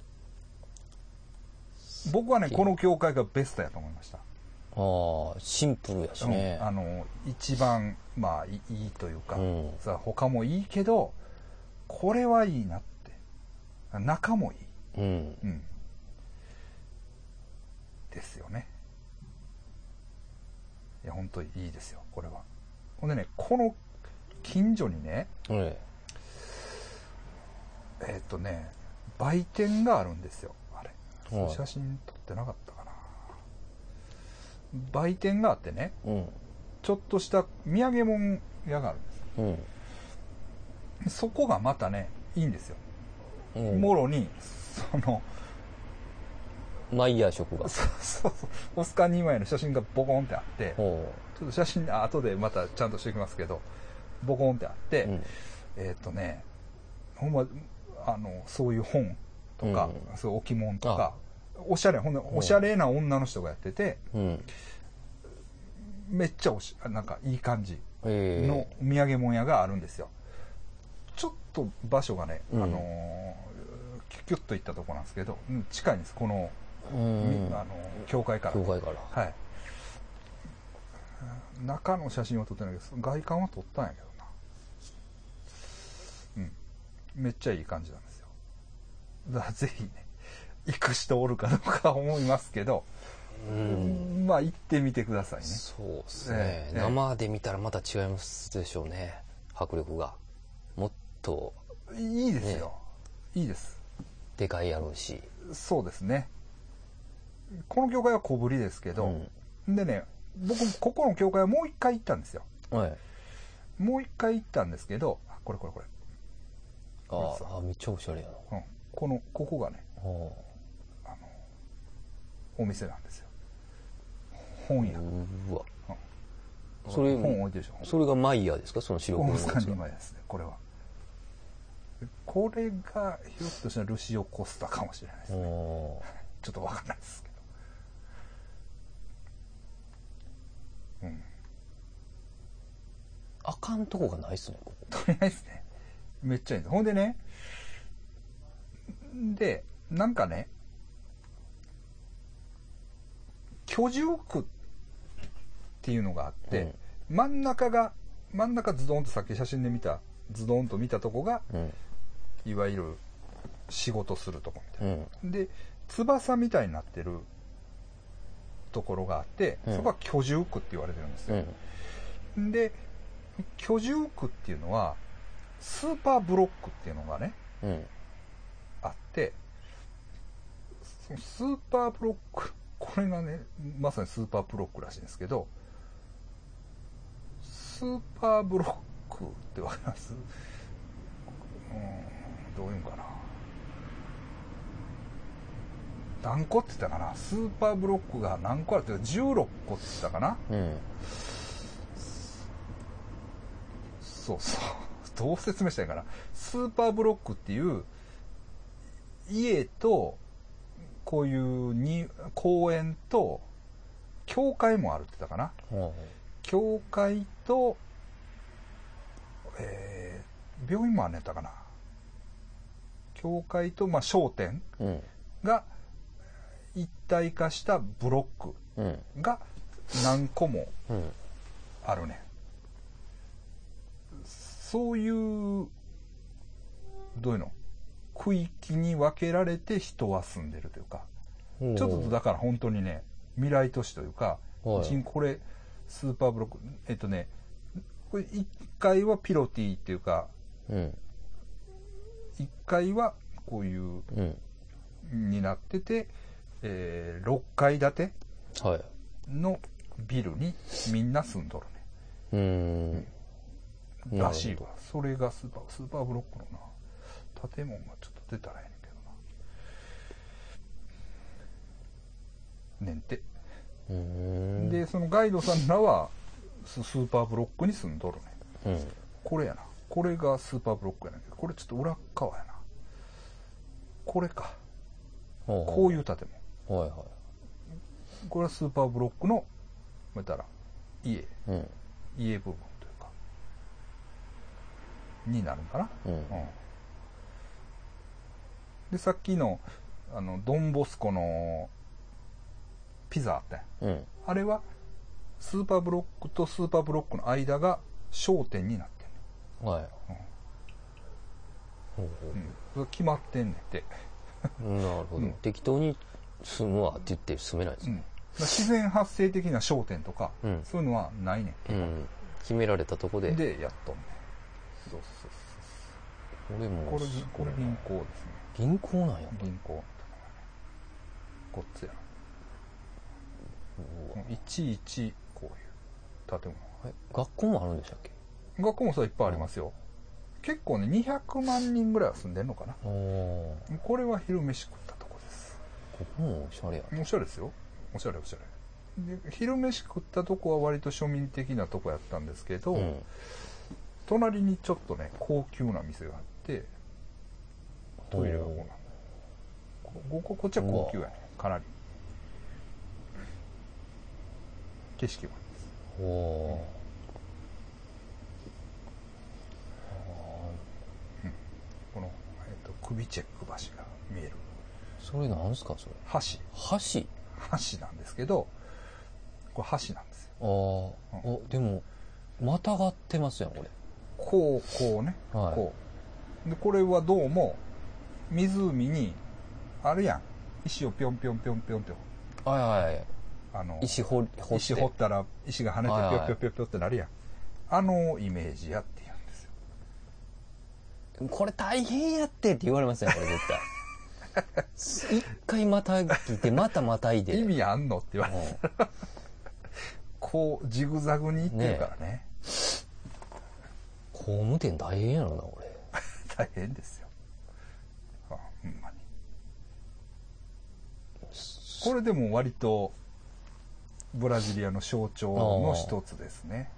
僕はね、この教会がベストやと思いました。 シンプルやしね。 一番、まあ、いいというか、他もいいけど、これはいいなって。中もいい。ですよね。いや、本当にいいですよ、これは。ほんでね、この近所にね、売店があるんですよ、あれ。写真撮ってなかったかな。売店があってね、ちょっとした土産物屋があるんです。そこがまたね、いいんですよ。もろに、 マイヤー食が。 そうオスカー・ニーマイヤーの写真がボコンってあって、ちょっと写真、後でまたちゃんとしておきますけど、ボコンってあって、ほんま、そういう本とか、そういう置物とか、おしゃれな女の人がやってて、めっちゃなんかいい感じの土産物屋があるんですよ。ちょっと場所がね、キュッといったとこなんですけど、近いんです、この、教会から。はい。中の写真は撮ってないけど、外観は撮ったんやけどな。めっちゃいい感じなんですよ。だからぜひね、行く人おるかどうか思いますけど、まあ行ってみてくださいね。 そうですね。生で見たらまた違いますでしょうね。迫力が。もっと。 いいですよ。いいです。 でかいやろうし。 そうですね。この教会は小ぶりですけど、でね、僕、ここの教会はもう一回行ったんですよ。もう一回行ったんですけど、これ。 めっちゃおしゃれやな。 ここがね、お店なんですよ。本屋。 それ、 本置いてるでしょ。 それがマイヤーですか、その白黒のやつが。 オスカー・ニーマイヤーですね、これは。これがひょっとしたらルシオ・コスタかもしれないですね。ちょっとわかんないですけど。 あかんとこがないっすね、ここ。 とりあえずね。めっちゃいいんです。ほんでね、なんかね、居住区っていうのがあって、真ん中ズドンとさっき写真で見た、ズドンと見たとこが、いわゆる仕事するとこみたいな。で、翼みたいになってるところがあって、そこは居住区って言われてるんですよ。で、居住区っていうのは、スーパーブロックっていうのがね、あって、そのスーパーブロック、これがね、まさにスーパーブロックらしいんですけど、スーパーブロックってわかります？どういうんかな。何個って言ったかな。スーパーブロックが何個あるって16個って言ったかな。そう。どう説明したらいいかな。スーパーブロックっていう、家と、こういう公園と、教会もあるって言ったかな。教会と、病院もあるんやったかな。教会と、商店が一体化したブロックが何個もあるね。そういう、どういうの？区域に分けられて人は住んでるというか、ちょっとだから本当にね、未来都市というか、これ、スーパーブロック、これ1階はピロティっていうか、1階はこういう、になってて、6階建てのビルにみんな住んどるね。らしいわ。それがスーパーブロックのな、建物がちょっと出たらええねんけどな。ねんて。で、そのガイドさんらはスーパーブロックに住んどるね。これやな。これがスーパーブロックやねんけど、これちょっと裏側やな。これか。こういう建物。これはスーパーブロックの、見たら、家部分というか、になるんかな。で、さっきの、ドンボスコのピザあったやん。あれは、スーパーブロックとスーパーブロックの間が商店になってんねん。決まってんねんって。 なるほど。適当に住むわって言って住めないですね。 自然発生的な商店とか、そういうのはないねん。 決められたとこで。 で、やっとんねん。そうこれも。 これ銀行ですね。 銀行なんや。 銀行。こっちやな。いちいちこういう建物。 学校もあるんでしたっけ？ 学校もさ、いっぱいありますよ。結構ね、200万人ぐらいは住んでんのかな。これは昼飯食ったとこです。 ここもおしゃれやね。 おしゃれですよ。おしゃれ。で、昼飯食ったとこは割と庶民的なとこやったんですけど、隣にちょっとね、高級な店があって、トイレがこうなんだ。こっちは高級やね。かなり。景色もいいです。この、クビチェック橋が見える。 それなんすか、それ。 橋なんですけど、これ橋なんですよ。 でも、またがってますやん、これ。 こうね。こう。で、これはどうも、湖に、あるやん。石をぴょんぴょんって。石掘ったら、石が跳ねてぴょんってなるやん。イメージやって言うんですよ。 これ大変やって言われますね、これ絶対。一回またぎて、またいで。 意味あんのって言われて。こう、ジグザグに行ってるからね。 工務店大変やろな、これ。 大変ですよ。ほんまに。これでも割と、ブラジリアの象徴の一つですね。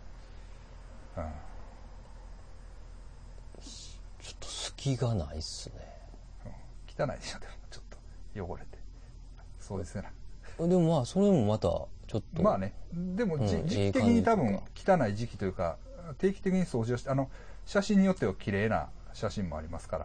ちょっと隙がないっすね。 汚いでしょ、でもちょっと汚れて。そうですね。 でもまあ、それもまた、ちょっと。 まあね。でも、時期的に多分、汚い時期というか、定期的に掃除をして、写真によっては綺麗な写真もありますから。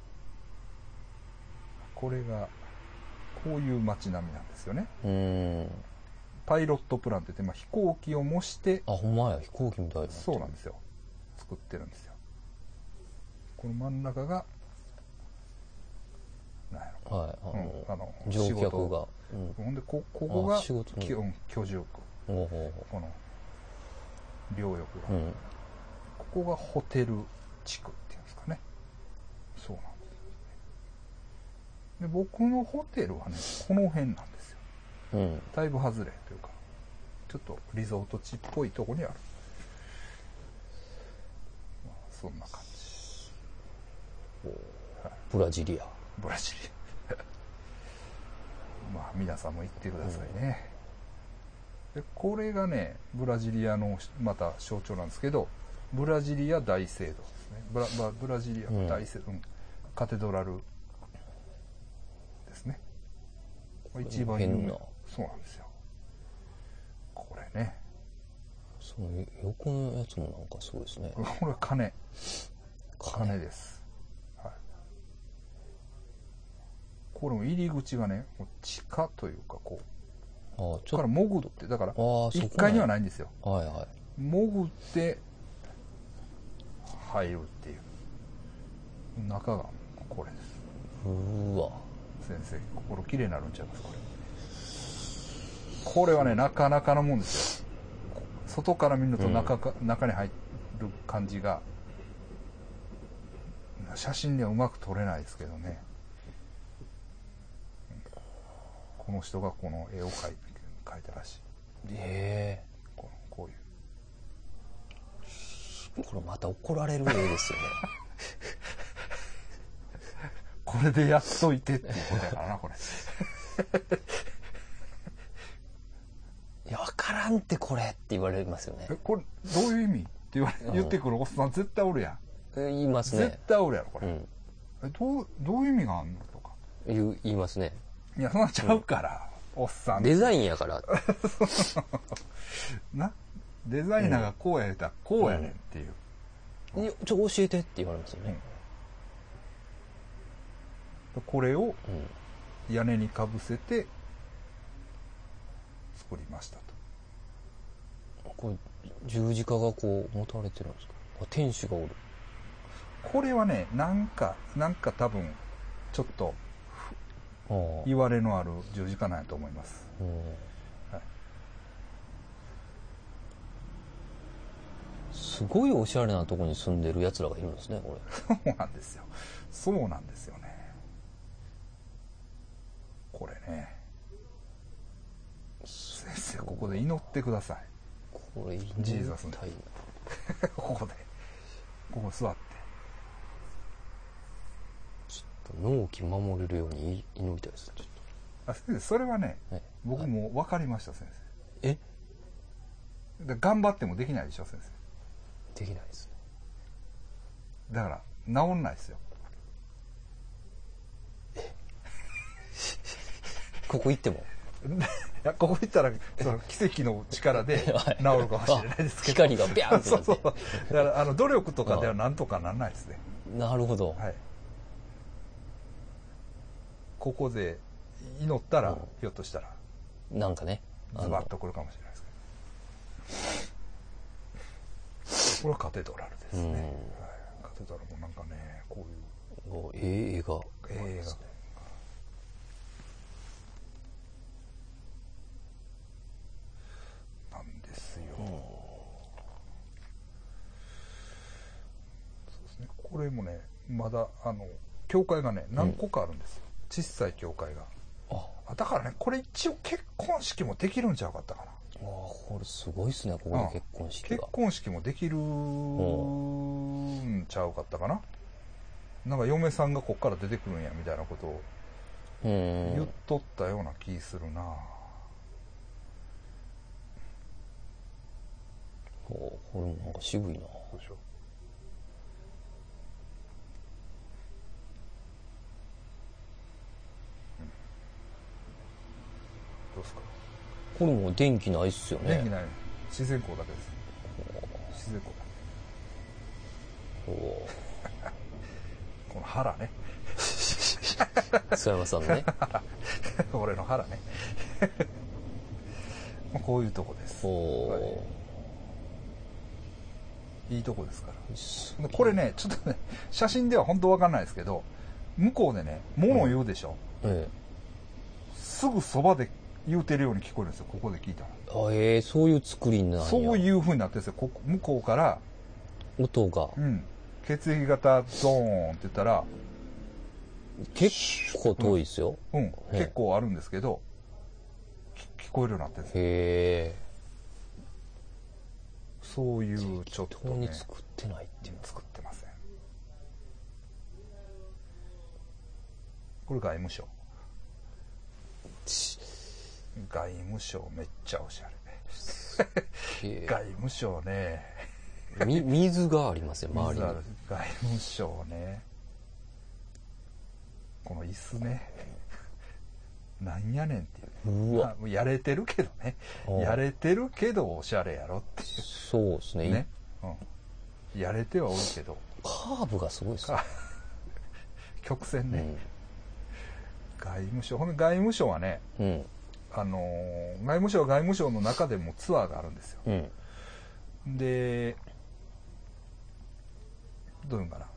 これが、こういう街並みなんですよね。パイロットプランって言って、飛行機を模して。 ほんまや、飛行機みたいな。 そうなんですよ。作ってるんですよ。この真ん中が、なんやろ。 乗客が。 ほんで、ここが居住区。この両翼が。ここがホテル地区っていうんですかね。そうなんです。で、僕のホテルはね、この辺なんですよ。だいぶ外れというか、ちょっとリゾート地っぽいとこにある。そんな感じ。 ブラジリア。 まあ皆さんも行ってくださいね。で、これがね、ブラジリアのまた象徴なんですけど、ブラジリア大聖堂ですね。ブラジリア大聖堂、カテドラルですね。一番有名。そうなんですよ。これね。 その横のやつもなんかすごいですね。 これは鐘です。これも入り口がね、地下というかこう、ここから潜って、だから1階にはないんですよ。潜って入るっていう。中がこれです。先生、心きれいになるんちゃいます、これ。これはね、なかなかのもんですよ。外から見ると中に入る感じが、写真ではうまく撮れないですけどね。この人がこの絵を描描いたらしい。こういう。 これまた怒られる絵ですよね。 これでやっといてっていうことやからな、これ。 いや、わからんってこれって言われますよね。 これ、どういう意味って言ってくるおっさん絶対おるやん。 言いますね。 絶対おるやろ、これ。どういう意味があんのとか。 言いますね。 いや、そんなんちゃうから、おっさん。 デザインやから。 な、デザイナーがこうやれたらこうやねんっていう。 教えてって言われますよね。 これを屋根にかぶせて作りましたと。 これ十字架がこう持たれてるんですか。天使がおる。 これはね、なんか多分ちょっと言われのある十字架なんやと思います。はい、 すごいおしゃれなとこに住んでる奴らがいるんですね、これ。 そうなんですよ。そうなんですよね。これね。先生、ここで祈ってください。 これ、 ジーザスに。ここ座って。 ちょっと納期守れるように祈りたいですね、ちょっと。先生、それはね、僕も分かりました、先生。頑張ってもできないでしょ、先生。できないですね。 だから、治んないですよ。 ここ行ってもいや、ここ行ったらその奇跡の力で治るかもしれないですけど光がビャーンってなってそうだから努力とかではなんとかならないですね。 なるほど、 はい、ここで祈ったら、ひょっとしたらなんかねズバッとくるかもしれないですけど、これはカテドラルですね、はい、カテドラルもなんかね、こういう映画そうですね、これもね、まだ教会がね何個かあるんですよ、小さい教会が。だからね、これ一応結婚式もできるんちゃうかったかな。 これすごいっすね、ここで結婚式が。 結婚式もできるんちゃうかったかな。なんか嫁さんがこっから出てくるんやみたいなことを言っとったような気するな。 これもなんか渋いな。 そうでしょ。どうですか。 これも電気ないっすよね。 電気ない。自然光だけです。自然光だけ。この腹ね。 須山さんのね。 俺の腹ね。こういうとこです。いいとこですから。これね、ちょっとね、写真では本当わかんないですけど、向こうでね、物を言うでしょ。すぐそばで言うてるように聞こえるんですよ、ここで聞いたら。 そういう作りになるんや。 そういう風になってるんですよ、向こうから。 音が。 血液型ドーンって言ったら。 結構遠いですよ。 結構あるんですけど、聞こえるようになってるんですよ。そういうちょっとね。 適当に作ってないっていう。 作ってません。これ外務省。外務省めっちゃおしゃれ。外務省ね。 水がありますよ、周りに。 外務省ね。この椅子ね。なんやねんっていう、やれてるけどね。やれてるけどおしゃれやろっていう。 そうですね。 やれてはおるけど。 カーブがすごいですね。 曲線ね。外務省。外務省はね、外務省は外務省の中でもツアーがあるんですよ。で、どういうのかな。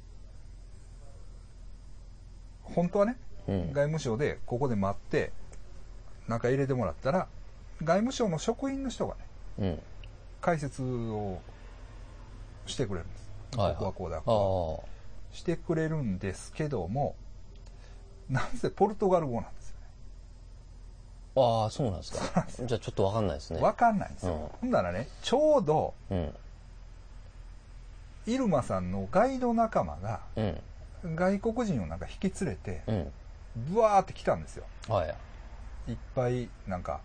本当はね、外務省でここで待って中入れてもらったら、外務省の職員の人がね、解説をしてくれるんです。ここはこうだ、してくれるんですけども、なんせポルトガル語なんですよね。 ああ、そうなんですか。じゃあちょっとわかんないですね。 わかんないんですよ。ほんならね、ちょうど、入間さんのガイド仲間が、外国人をなんか引き連れて、ブワーって来たんですよ。はい。いっぱい、なんか、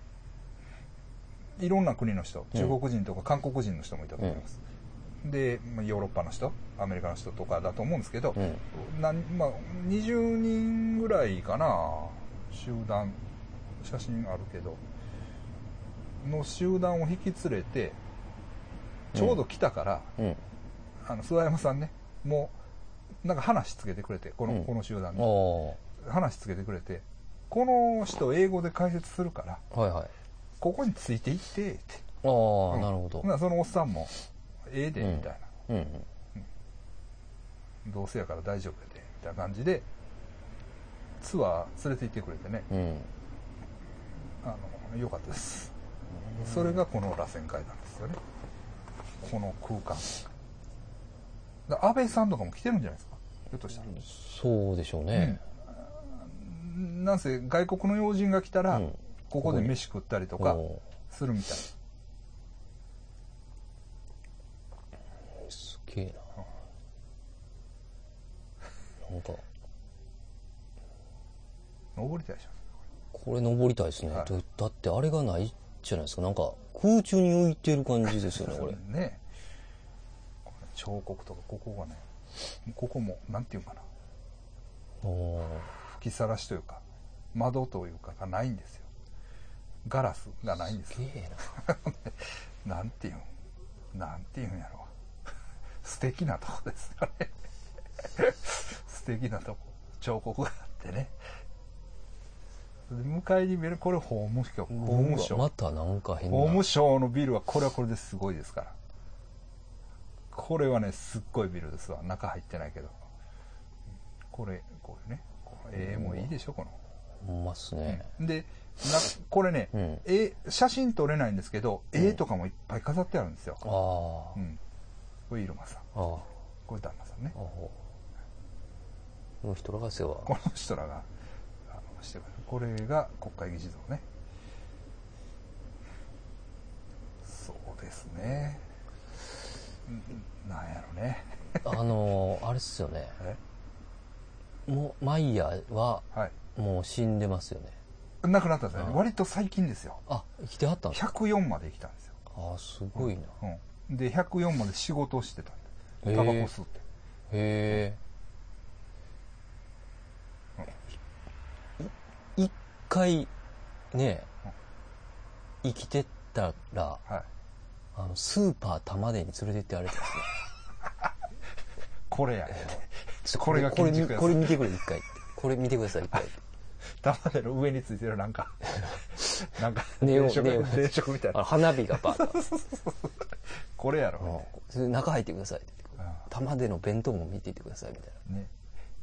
いろんな国の人、中国人とか韓国人の人もいたと思います。で、ヨーロッパの人、アメリカの人とかだと思うんですけど、20人ぐらいかな、集団、写真あるけど、の集団を引き連れて、ちょうど来たから、諏訪山さんね、もう、なんか話つけてくれて、この集団に。話つけてくれて、この人英語で解説するから、ここについていって、って。 ああ、なるほど。 そのおっさんも、ええで、みたいな。どうせやから大丈夫やで、みたいな感じで、ツアー連れて行ってくれてね。よかったです。それがこの螺旋階段ですよね。この空間。安倍さんとかも来てるんじゃないですか、ひょっとしたら。 そうでしょうね。 なんせ外国の要人が来たら、ここで飯食ったりとかするみたいな。 すげえな。なんか登りたいでしょ。 これ登りたいですね。だってあれがないじゃないですか。なんか空中に浮いてる感じですよね、これ。 ね。彫刻とか、ここがね、ここも、なんていうかな。吹きさらしというか、窓というかがないんですよ。ガラスがないんですよ。 すげえな。なんていうんやろ。素敵なとこですよね。素敵なとこ。彫刻があってね。向かいに見る、これ法務省。 またなんか変な。 法務省のビルはこれはこれですごいですから。これはね、すっごいビルですわ。中入ってないけど。これね。もいいでしょ、この。 ほんまっすね。 で、これね、写真撮れないんですけど、とかもいっぱい飾ってあるんですよ。これ入間さん。これ旦那さんね。 この人らが世話。 この人らがしてくれる。これが国会議事堂ね。そうですね。なんやろね。 あれっすよね。もうマイヤーはもう死んでますよね。 亡くなったんですよね。割と最近ですよ。 あ、生きてはったんですか。 104まで生きたんですよ。 ああ、すごいな。 で104まで仕事をしてたんで、タバコ吸って。 へえ。一回ね、生きてたら、スーパー玉出に連れてってあれですね。 これや。 これ見てくれ一回って。これ見てください一回。 玉出の上についてるなんか電飾みたいな。 花火がバーッと。 これやろ。 中入ってくださいって。玉出の弁当も見ていってくださいみたいな。ね。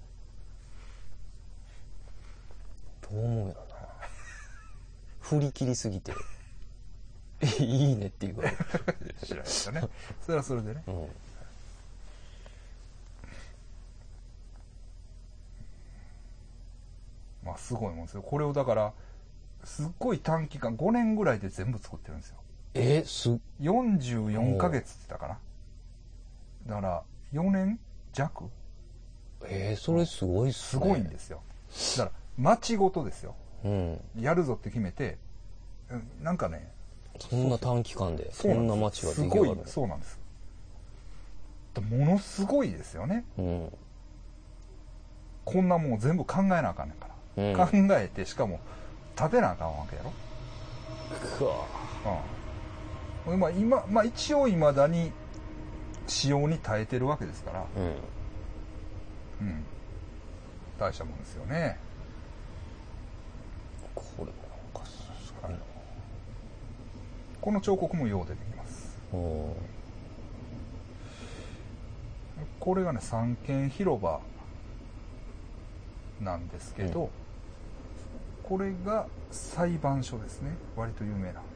どう思うやろな。振り切りすぎていいねって言われる。 知らないですよね。それはそれでね。まあすごいもんですよ。これをだからすっごい短期間5年ぐらいで全部作ってるんですよ。44ヶ月って言ったかな。だから4年弱。 それすごいっすね。 すごいんですよ。だから町ごとですよ。やるぞって決めて、なんかね、 そんな短期間でそんな町が出来上がる。 そうなんです。ものすごいですよね。こんなもん全部考えなあかんねんから。考えて、しかも建てなあかんわけやろ。一応未だに使用に耐えてるわけですから、大したもんですよね。 これもなんかすごいな。 この彫刻もよう出てきます。これがね、三間広場なんですけど、これが裁判所ですね。割と有名な。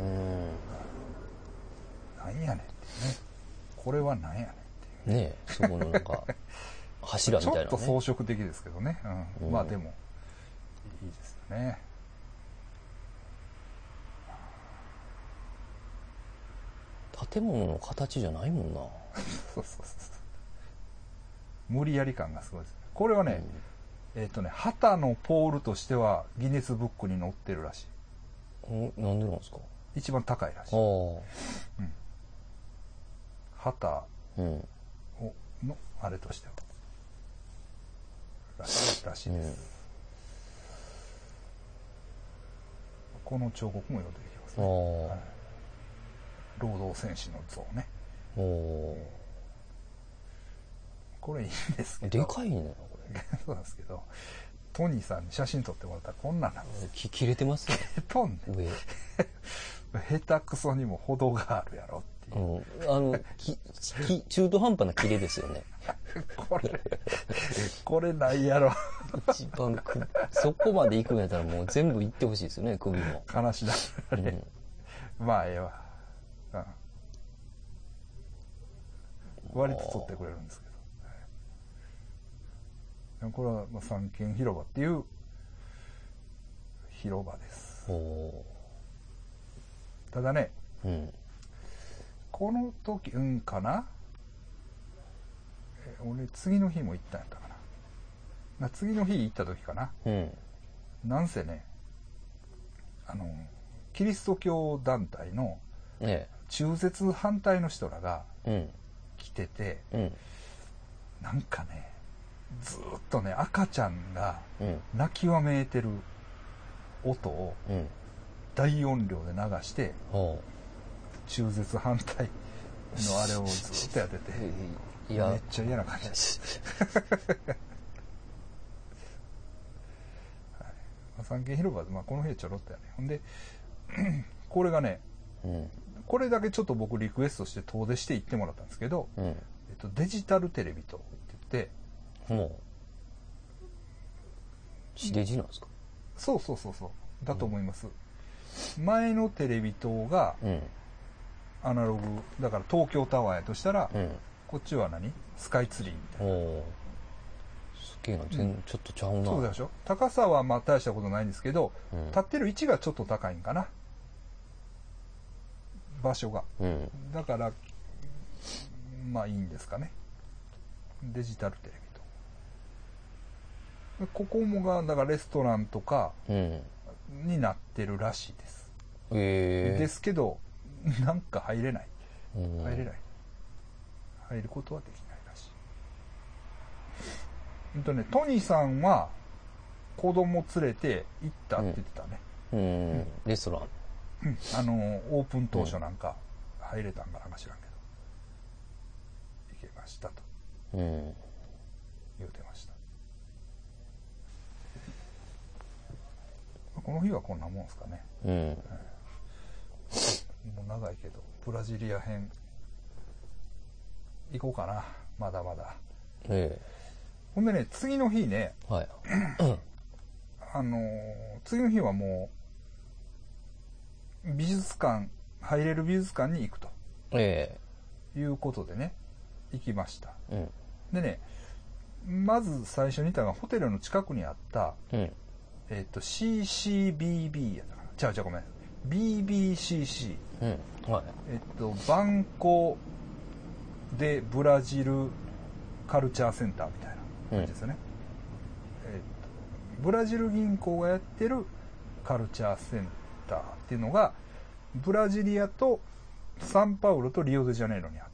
なんやねんっていうね。これはなんやねんっていうね。そこのなんか柱みたいなね。 ちょっと装飾的ですけどね。まあでもいいですよね。 建物の形じゃないもんな。 そう無理やり感がすごいですね。これはね、旗のポールとしてはギネスブックに載ってるらしい。 なんでなんですか？ 一番高いらしい。旗のあれとしてはらしいです。この彫刻もよくできますね。労働戦士の像ね。これいいんですけど。 でかいねこれ。そうなんですけど、トニーさんに写真撮ってもらったらこんなんなんですよ。 切れてますね。 トンね。下手くそにも程があるやろっていう。 中途半端な切れですよね。 これないやろ。 一番そこまで行くんやったらもう全部行ってほしいですよね、首も。 悲しだね。まあええわ。割と撮ってくれるんですけど。これは三間広場っていう広場です。ただね、この時かな、俺次の日も行ったんやったかな。次の日行った時かな、なんせね、キリスト教団体の中絶反対の人らが来てて、なんかねずっとね赤ちゃんが泣きわめいてる音を大音量で流して、中絶反対のあれをずっとやっててめっちゃ嫌な感じです。三間広場で、この日はちょろっとやね。ほんでこれがね、これだけちょっと僕リクエストして遠出して行ってもらったんですけど、デジタルテレビ塔って言って、 地デジなんですか？ そうだと思います。前のテレビ塔がアナログだから東京タワーやとしたら、こっちはスカイツリーみたいな。 すげえな、ちょっとちゃうな。 そうでしょ。高さは大したことないんですけど、立ってる位置がちょっと高いんかな、場所が。だからいいんですかね。デジタルテレビと。ここもがだからレストランとかになってるらしいです。ですけどなんか入れない。入ることはできないらしい。トニーさんは子供連れて行ったって言ってたね。 レストラン。 オープン当初なんか入れたんかなんか知らんけど、行けましたと言うてました。この日はこんなもんですかね。もう長いけどブラジリア編行こうかな。まだまだ。ほんでね、次の日ね、次の日はもう美術館、入れる美術館に行くと、いうことでね行きました。でね、まず最初にいたのがホテルの近くにあった、CCBB やったかな、ごめん、BBCC、バンコでブラジルカルチャーセンターみたいな感じですよね。ブラジル銀行がやってるカルチャーセンターっていうのがブラジリアとサンパウロとリオデジャネイロにあって、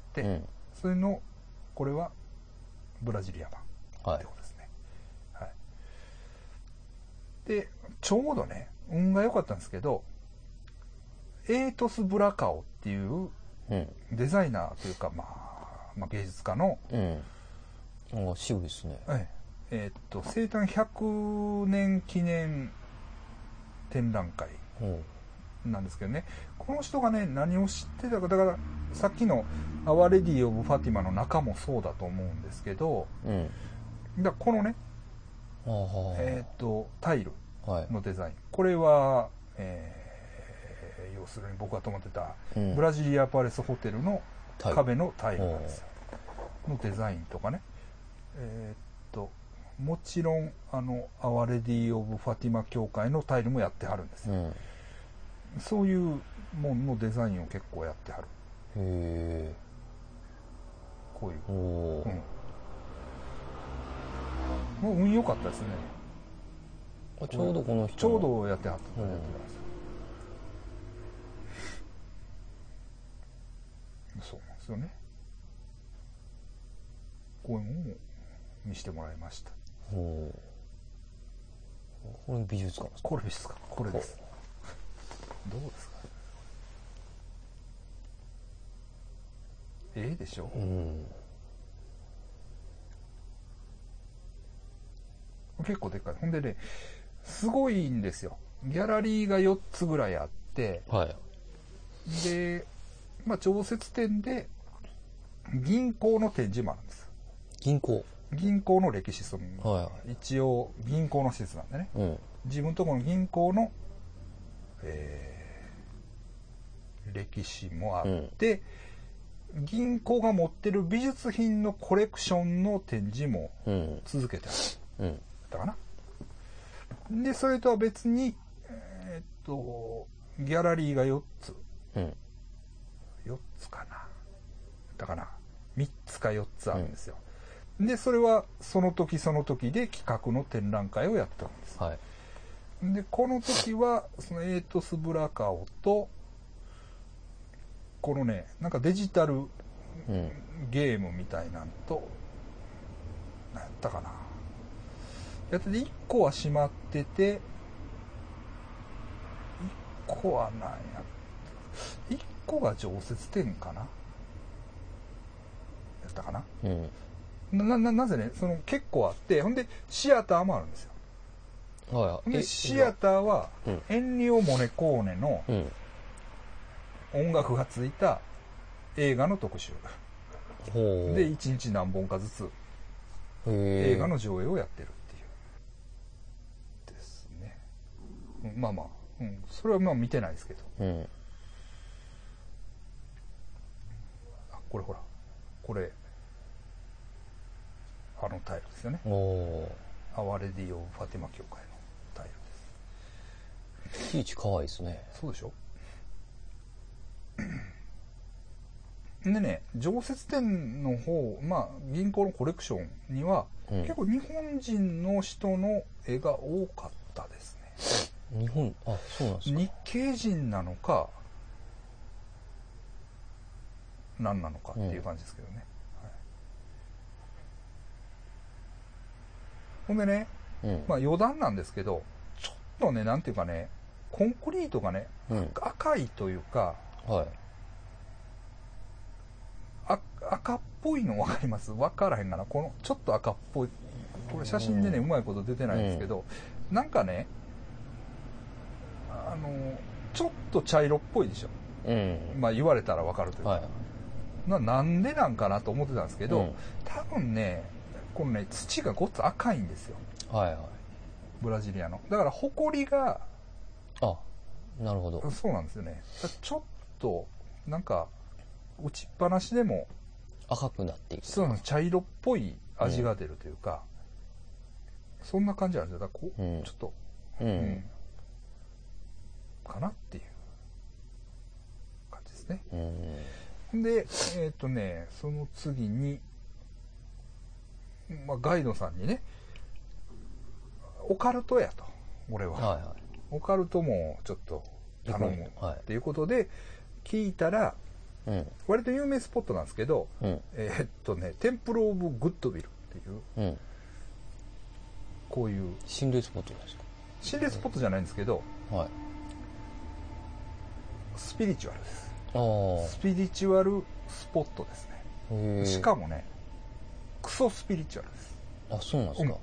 それのこれはブラジリア版ってことですね。でちょうどね運が良かったんですけど、エイトス・ブラカオっていうデザイナーというか、芸術家の、 渋いですね。 生誕100年記念展覧会なんですけどね、この人がね何を知ってたか、だからさっきの「アワレディ・オブ・ファティマ」の中もそうだと思うんですけど、だこのねタイルのデザイン、これは、要するに僕が泊まってたブラジリアパレスホテルの壁のタイルなんですよ。のデザインとかね、もちろんアワレディ・オブ・ファティマ教会のタイルもやってはるんですよ。そういうもののデザインを結構やってはるへえ。 こういう。 おー。 もう運良かったですね。 ちょうどこの人ちょうどやってはった、やってたんです。そうなんですよね。こういうのも見せてもらいました。 これ美術館ですか？ これですか？これです。どうですか？でしょ？結構でっかい。ほんでね、すごいんですよ。ギャラリーが4つぐらいあって、 はい、 で、まあ常設展で銀行の展示もあるんです。銀行の歴史その、はい、一応銀行の施設なんでね、自分とこの銀行の、歴史もあって、銀行が持ってる美術品のコレクションの展示も続けてある。だかな。で、それとは別に、ギャラリーが4つ。4つかな。だから、3つか4つあるんですよ。で、それはその時その時で企画の展覧会をやってるんです。はい、で、この時は、そのエイトス・ブラカオと、このね、なんかデジタルゲームみたいなんと、何やったかな。やってて、1個は閉まってて、1個は何や1個が常設展かなやったかな、なぜね、その結構あって、ほんで、シアターもあるんですよ。はい、で、シアターは、エンニオ・モネコーネの音楽がついた映画の特集。で、1日何本かずつ映画の上映をやってるっていう。ですね。まあまあ、それはまあ見てないですけど。あ、これほら、これ、あのタイルですよね。アワレディオ・ファティマ教会のタイルです。 いちいち可愛いですね。 そうでしょ。でね、常設展の方、まあ、銀行のコレクションには、結構日本人の人の絵が多かったですね。そうなんですか。 日系人なのか、何なのかっていう感じですけどね。はい、ほんでね、まあ余談なんですけど、ちょっとね、なんていうかね、コンクリートがね、赤いというか、はい、赤っぽいの分かります？分からへんかな。このちょっと赤っぽい、これ写真でねうまいこと出てないんですけど、なんかね、ちょっと茶色っぽいでしょ。まあ言われたら分かるというか、はい、なんでなんかなと思ってたんですけど、多分ね、このね、土がごっつ赤いんですよ。はいはい。ブラジリアの。だから埃が、 なるほど。 そうなんですよね。ちょっとなんか打ちっぱなしでも赤くなっていく。 そうなんです。茶色っぽい味が出るというか、そんな感じなんですよ。だからちょっと、かなっていう感じですね。で、その次に、まあ、ガイドさんにね、オカルトやと、俺は。はいはい、オカルトもちょっと頼むっていうことで聞いたら、割と有名スポットなんですけど、テンプル・オブ・グッドビルっていう、こういう心霊スポットですか？ 心霊スポットじゃないんですけど、はい、スピリチュアルです。スピリチュアルスポットですね。しかもね、クソスピリチュアルです。 そうなんですか？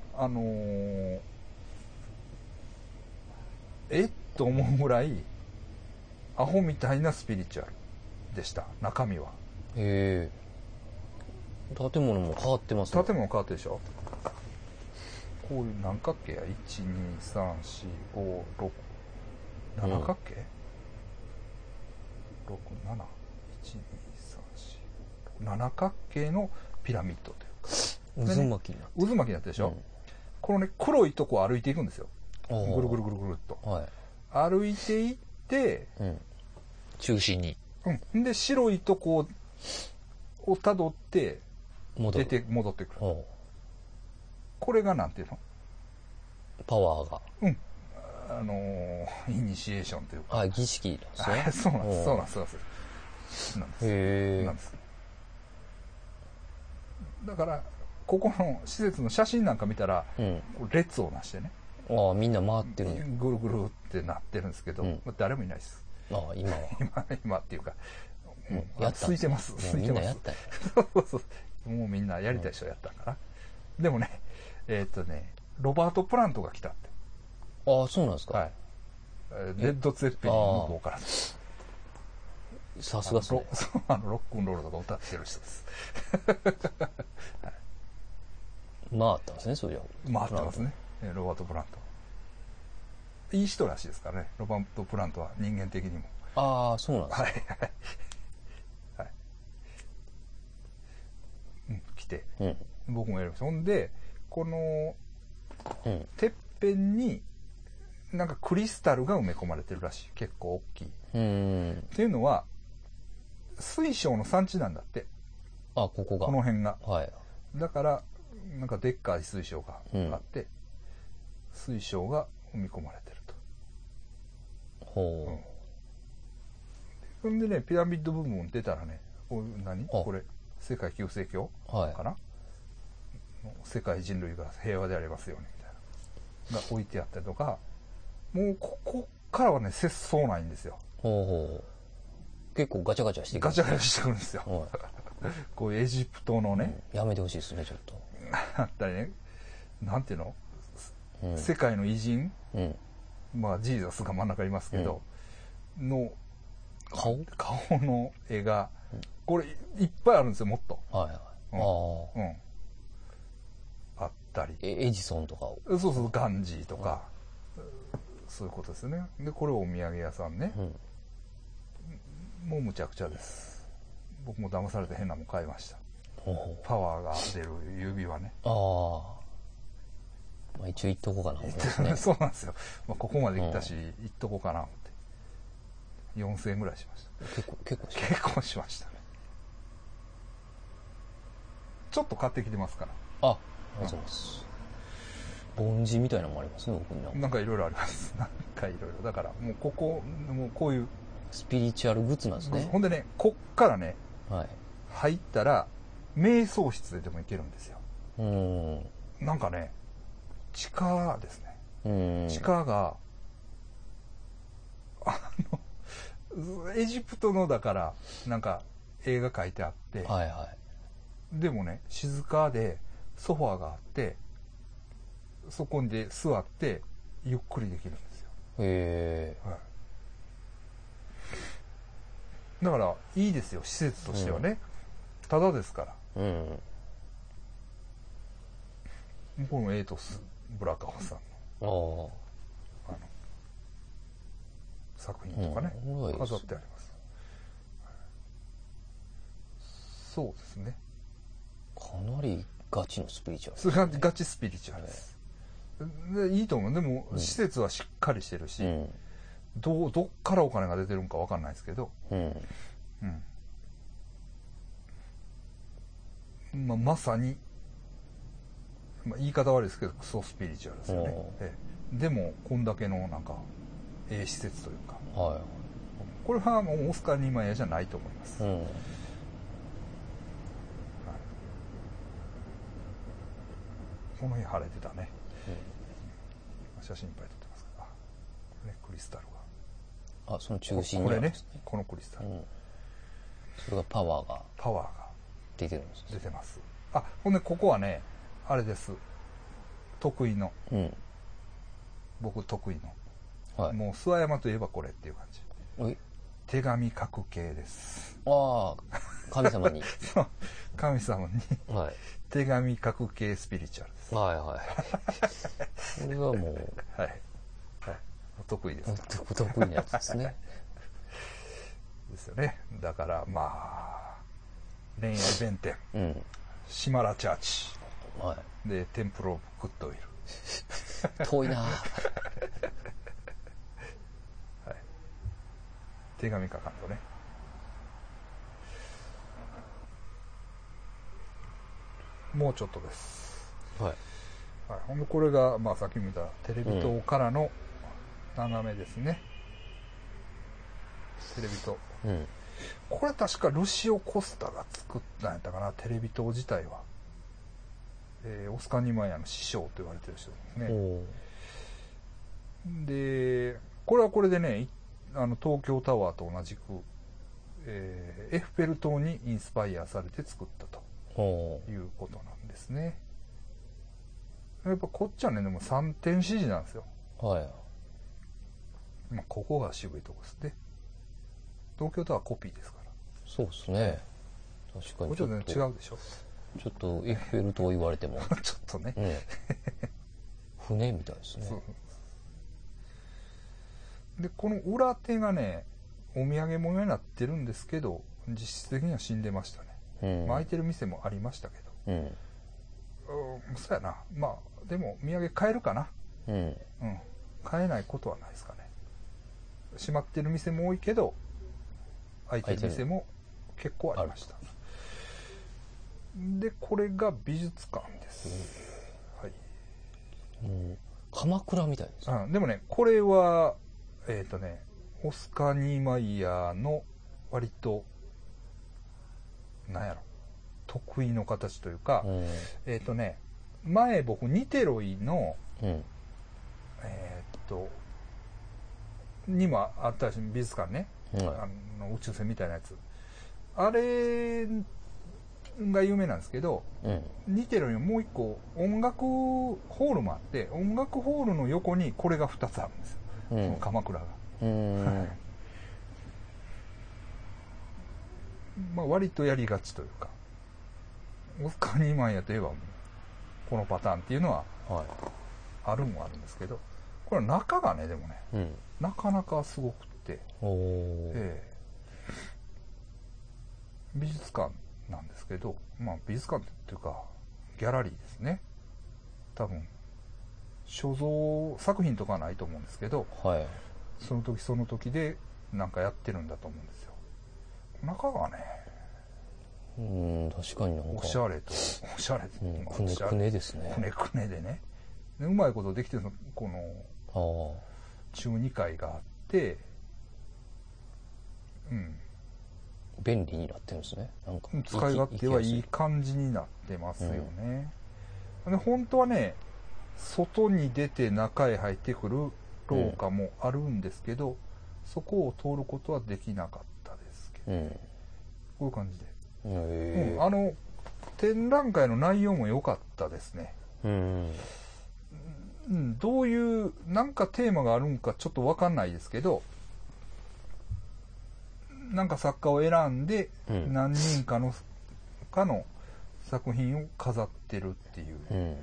と思うぐらいアホみたいなスピリチュアルでした、中身は。 建物も変わってますね。 建物変わってるでしょ。こういう何角形や、1234567角形、6712347角形のピラミッドというか、 渦巻きになって渦巻きになってるでしょ、このね、黒いとこを歩いていくんですよ。ぐるぐるぐるぐるっと、はい、歩いていって、 中心にうん。で、白いとこを辿って、戻ってくる。これがなんていうの？ パワーが。 うん。イニシエーションというか。 儀式ですね。 そうなんです。そうなんです。なんです。だから、ここの施設の写真なんか見たら、列をなしてね。 みんな回ってるね。 ぐるぐるってなってるんですけど、誰もいないです。 今は。 今っていうか、 空いてます。 みんなやったよ。 もうみんなやりたい人やったんかな。でもね、ロバート・プラントが来たって。 そうなんですか。 はい。レッド・ツェッペリンのボーカル。 さすがですね。 ロックンロールとか歌ってる人です。 回ったんですね、そりゃ。 回ってますね。ロバート・プラント。いい人らしいですからね、ロバート・プラントは人間的にも。 そうなんですか。 はい。来て、僕もやりました。ほんで、この、てっぺんに、なんかクリスタルが埋め込まれてるらしい。結構大きい。っていうのは、水晶の産地なんだって。 ここが。 この辺が。 はい。 だから、なんかでっかい水晶があって、水晶が埋め込まれてると。そんでね、ピラミッド部分出たらね、これ、世界救世教かな、世界人類が平和でありますようにみたいな。が置いてあったりとか、もうここからはね、節操ないんですよ。 結構ガチャガチャしてくる。ガチャガチャしてくるんですよ。こういうエジプトのね。 やめてほしいですね、ちょっと。 あったりね、なんていうの、世界の偉人、まあジーザスが真ん中にいますけど、の顔の絵が、これいっぱいあるんですよ、もっと。あったり。 エジソンとかを。 そう、ガンジーとか、そういうことですよね。で、これお土産屋さんね。もうむちゃくちゃです。僕も騙されて変なもん買いました。パワーが出る指輪ね。 一応行っとこうかな思いますね。 そうなんですよ。ここまで来たし、行っとこうかな思って。4000円ぐらいしました。結構しましたね。ちょっと買ってきてますから。 ありがとうございます。梵字みたいなのもありますね、僕に。 なんかいろいろあります。なんかいろいろ。だから、もうこういう。 スピリチュアルグッズなんですね。 ほんでね、こっからね、入ったら、瞑想室ででも行けるんですよ。なんかね、地下ですね。地下が、エジプトのだから、なんか絵が描いてあって、でもね、静かでソファーがあって、そこで座ってゆっくりできるんですよ。だからいいですよ、施設としてはね。ただですから。このエイトス・ブラカホさんの作品とかね、飾ってあります。そうですね。 かなりガチのスピリチュアルですね。ガチスピリチュアルです。でいいと思う。でも、施設はしっかりしてるし、どっからお金が出てるのかわかんないですけど、まさに、言い方悪いですけど、クソスピリチュアルですよね。でも、こんだけのなんか、施設というか、これはもうオスカー・ニーマイヤーじゃないと思います。この日晴れてたね。写真いっぱい撮ってますから。クリスタルが。その中心にこれね、このクリスタル。 それがパワーが出てるんです。 出てます。ほんでここはね、あれです。得意の。僕得意の。もう諏訪山といえばこれっていう感じ。手紙書く系です。 神様に。 神様に。手紙書く系スピリチュアルです。 これはもう。 得意です。 得意なやつですね。 ですよね。だからまあ、恋愛弁天、シマラチャーチ、で、テンプルオブグッドウィル。 遠いな手紙書かんとね。 もうちょっとです。 はい。 はい、ほんでこれが、まあ、さっき見たテレビ塔からの眺めですね。テレビ塔。これ確かルシオ・コスタが作ったんやったかな、テレビ塔自体は。オスカー・ニーマイヤーの師匠と言われてる人ですね。で、これはこれでね、東京タワーと同じく、エッフェル塔にインスパイアされて作ったということなんですね。やっぱこっちはね、でも3点指示なんですよ。 はい。 まあ、ここが渋いとこですね。東京タワーコピーですから。 そうですね。確かにちょっとね、違うでしょ。 ちょっとエッフェル塔言われてもちょっとね、 船みたいですね。 でこの裏手がね、お土産物になってるんですけど、実質的には死んでましたね。まあ、開いてる店もありましたけど、そうやな。まあでも土産買えるかな。買えないことはないですかね。閉まってる店も多いけど開いてる店も結構ありました。でこれが美術館です。はい。 鎌倉みたいです、 でもね、これはオスカー・ニーマイヤーの割となんやろ、得意の形というか、前僕ニテロイの、にもあったし、美術館ね、宇宙船みたいなやつ、あれが有名なんですけど、ニテロイのもう一個音楽ホールもあって、音楽ホールの横にこれが2つあるんですよ、その鎌倉が。まあ割とやりがちというか、オスカー・ニーマイヤーといえばこのパターンっていうのはあるもあるんですけど、これは中がね、でもね、なかなかすごくって、美術館なんですけど、まあ美術館っていうかギャラリーですね。多分所蔵作品とかはないと思うんですけど、その時その時でなんかやってるんだと思うんですよ。中がね、 確かになんかおしゃれと、おしゃれで、 くねですね。 くねくねでね。でうまいことできてるの、この中2階があって、 便利になってるんですね。なんか使い勝手はいい感じになってますよね。で本当はね、外に出て中へ入ってくる廊下もあるんですけど、そこを通ることはできなかったですけど、こういう感じで。展覧会の内容も良かったですね。どういうなんかテーマがあるんかちょっと分かんないですけど、なんか作家を選んで何人かの作品を飾ってるっていう、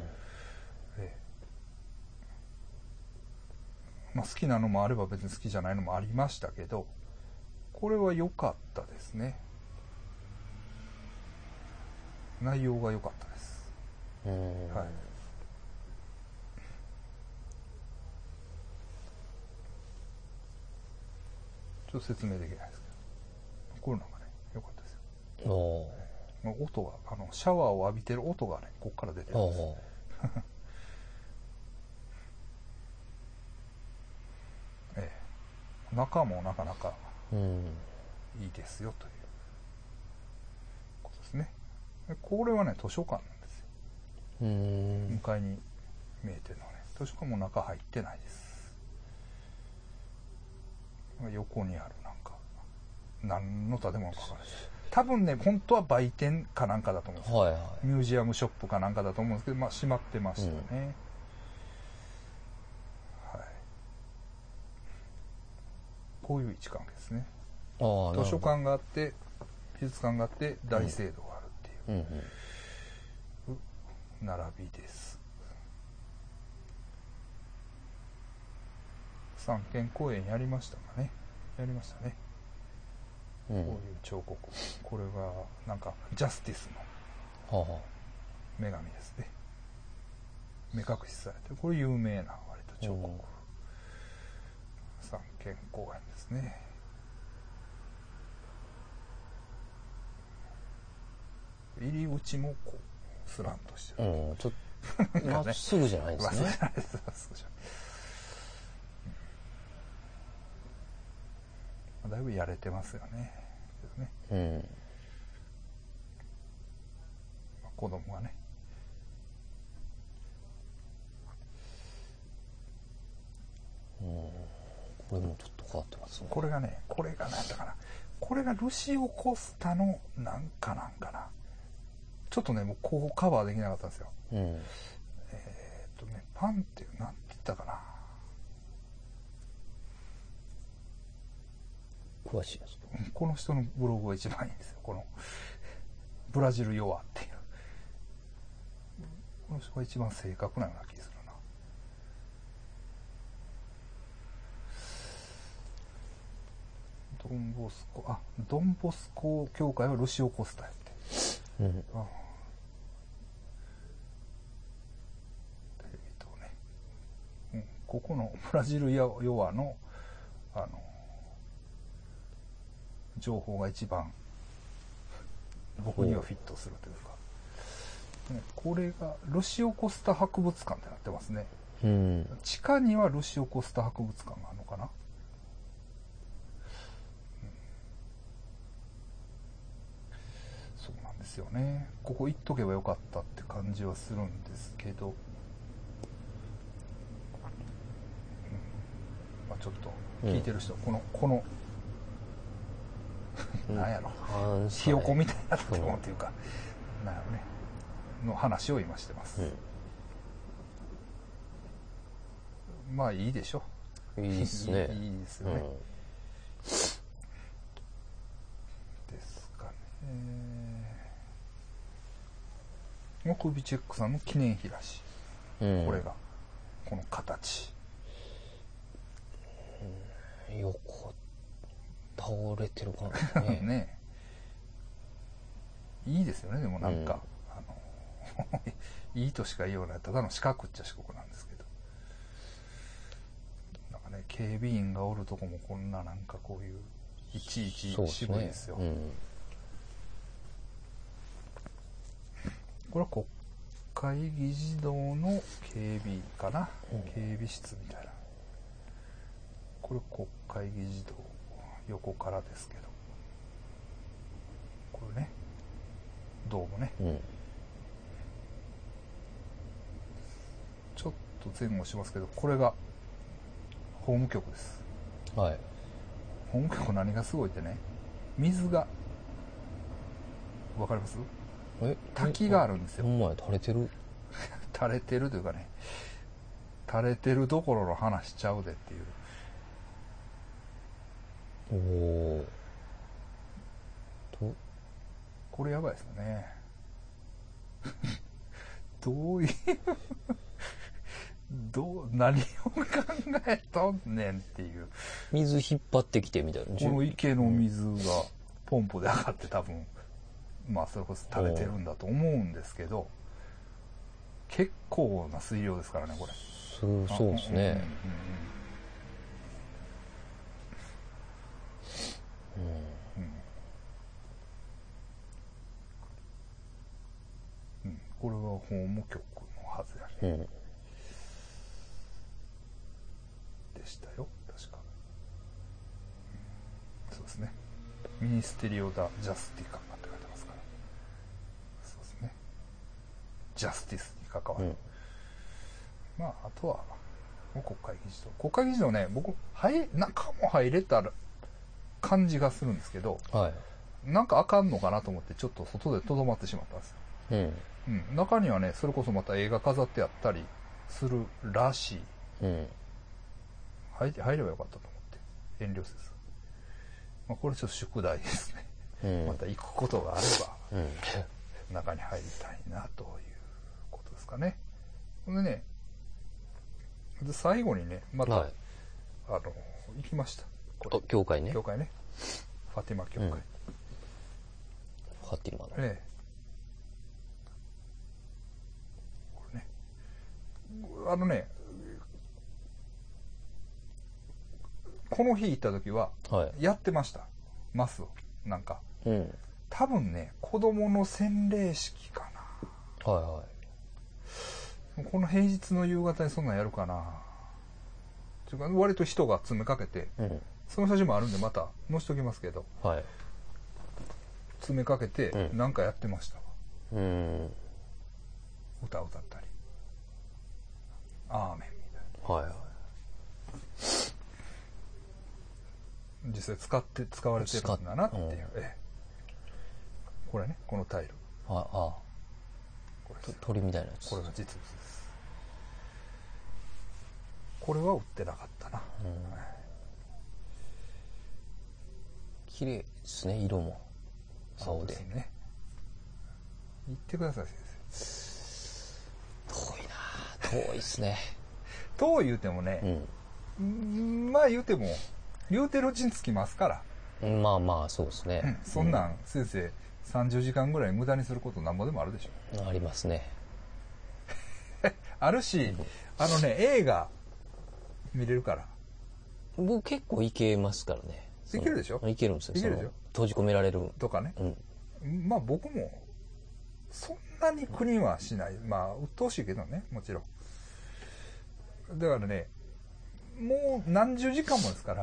まあ、好きなのもあれば別に好きじゃないのもありましたけど、これは良かったですね。内容が良かったです。はい。ちょっと説明できないですけど、こういうのがね、良かったですよ。音が、シャワーを浴びてる音がね、ここから出てるんです。中もなかなかいいですよということですね。これはね、図書館なんですよ。向かいに見えてるのはね、図書館も中入ってないです。横にあるなんか、何の建物か分からない。多分ね、本当は売店かなんかだと思うんですよ。ミュージアムショップかなんかだと思うんですけど、まあ閉まってましたね。こういう位置関係ですね。図書館があって美術館があって大聖堂があるっていう並びです。三軒公園やりましたかね。やりましたね。こういう彫刻、これがなんかジャスティスの女神ですね。目隠しされてる、これ有名な割と彫刻。三軒公園ですね。入り口もこスランとしてる。 うん、ちょっと、まっすぐじゃないですね。まっすぐじゃないです、まっすぐじゃない。だいぶやれてますよね。うん。子供がね。 これもちょっと変わってますね。 これがね、これが何やったかな。これがルシオ・コスタのなんかな。ちょっとね、もうこうカバーできなかったんですよ。うん、パンってなんて言ったかな。 詳しいです。 この人のブログが一番いいんですよ。このブラジル弱っていう。この人が一番正確なような気がするな。ドンボスコ協会はルシオ・コスタやって。うん、テレビ塔ね。ここのブラジル弱の情報が一番僕にはフィットするというか、これがルシオ・コスタ博物館ってなってますね。うん、地下にはルシオ・コスタ博物館があるのかな。そうなんですよね。ここ行っとけばよかったって感じはするんですけど、まあ、ちょっと聞いてる人、このなんやろ、ひよこみたいな建物というか、なんやろね、の話を今してます。まあいいでしょ。 いいですね。 いいですよね。ですかね。モクビチェックさんの記念碑らしい。これがこの形。 横倒れてる感じね。 ね。いいですよね。でもなんか、いいとしか言いようない、ただの四角っちゃ四角なんですけど、なんかね、警備員がおるとこもこんななんかこういういちいち渋いですよ。これは国会議事堂の警備かな、警備室みたいな。これ国会議事堂横からですけど、これね、ドームね、ちょっと前後しますけど、これが法務局です。はい。法務局何がすごいってね、水がわかります？滝があるんですよ。 ほんまや、垂れてる。 垂れてるというかね、垂れてるどころの話しちゃうでっていう。おお。これやばいですよね。どういう何を考えとんねんっていう。 水引っ張ってきてみたいな。 この池の水がポンプで上がって多分、まあそれこそ垂れてるんだと思うんですけど、結構な水量ですからね、これ。 そうですね。 これは法務局のはずやね。でしたよ、確か。そうですね。ミニステリオ・ダ・ジャスティカって書いてますから。そうですね。ジャスティスに関わる。まあ、あとは、国会議事堂。国会議事堂ね、僕、中も入れた感じがするんですけど、はい、なんかあかんのかなと思って、ちょっと外でとどまってしまったんですよ。中にはね、それこそまた映画飾ってやったりするらしい。入ればよかったと思って、遠慮せず。まあ、これちょっと宿題ですね。また行くことがあれば、中に入りたいなということですかね。でね、最後にね、また、行きました。 教会ね。 教会ね。ファティマ教会。 ファティマの。これね。この日行った時は、やってました。マスを。なんか。多分ね、子供の洗礼式かはい。 この平日の夕方にそんなんやるかな。というか割と人が詰めかけて、その写真もあるんでまた載せときますけど、 はい、 詰めかけてなんかやってましたわ。歌歌ったり、アーメンみたいな。はいはい。実際使われてるんだなっていう。これね、このタイル。これ鳥みたいなやつ。 これが実物です。これは売ってなかったな。 綺麗ですね、色も青で。 そうですね。言ってください、先生。遠いな。遠いですね。 遠い言うてもね、まあ言うても言うてるうちにつきますから。 まあまあそうですね。 そんなん先生30時間ぐらい無駄にすることなんぼでもあるでしょ。ありますね。 あるし、映画見れるから。 僕結構いけますからね。 いけるでしょ。 いけるんですよ。 いけるでしょ。 閉じ込められるとかね。まあ僕もそんなに苦にはしない。まあ鬱陶しいけどね、もちろん。だからね、もう何十時間もですから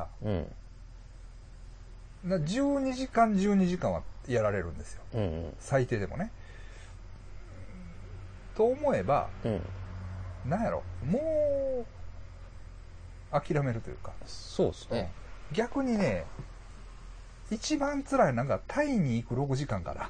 、12時間12時間はやられるんですよ。最低でもね。と思えば、なんやろ、もう諦めるというか。 そうですね。 逆にね、一番辛いなんかタイに行く6時間から。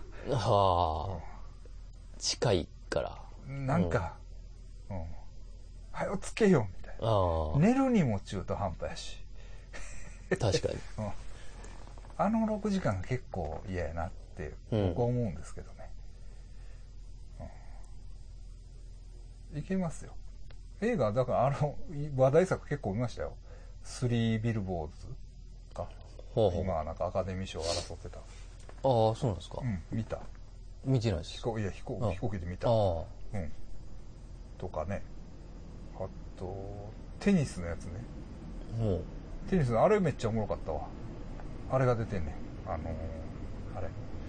近いから。 なんか、はよつけよみたいな。寝るにも中途半端やし。 確かに。 あの6時間が結構嫌やなって僕は思うんですけどね。いけますよ。映画だから話題作結構見ましたよ。3ビルボーズか。今はなんかアカデミー賞を争ってた。ああ、 そうなんですか。 見た。 見てないです。 飛行機で見た。とかね。あとテニスのやつね。テニスのあれめっちゃおもろかったわ。あれが出てんねん。あれ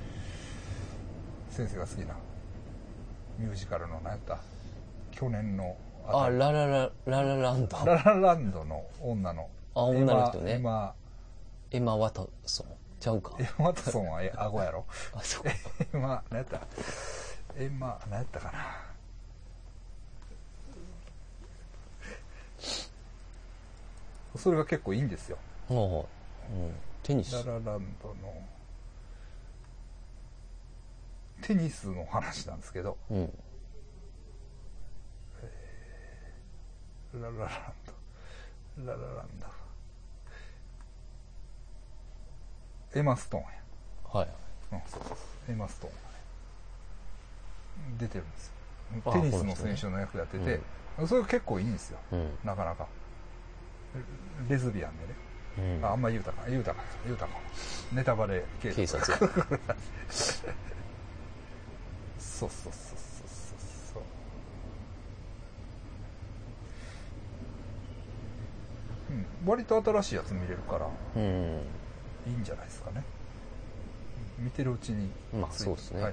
先生が好きなミュージカルの何やった、去年のララランド。 ララランドの女の女の人ね。エマ・ワトソンちゃうか。 エマ・ワトソンは顎やろ。そう何やった何やったかな。それが結構いいんですよ。 テニス。 ララランドのテニスの話なんですけど、ララランドエマ・ストーンや。そうエマ・ストーンがね出てるんですよ。テニスの選手の役やってて、それが結構いいんですよ。なかなかレズビアンでね。あんま言うたかネタバレ警察そう割と新しいやつ見れるからいいんじゃないですかね。見てるうちに。 まあそうですね。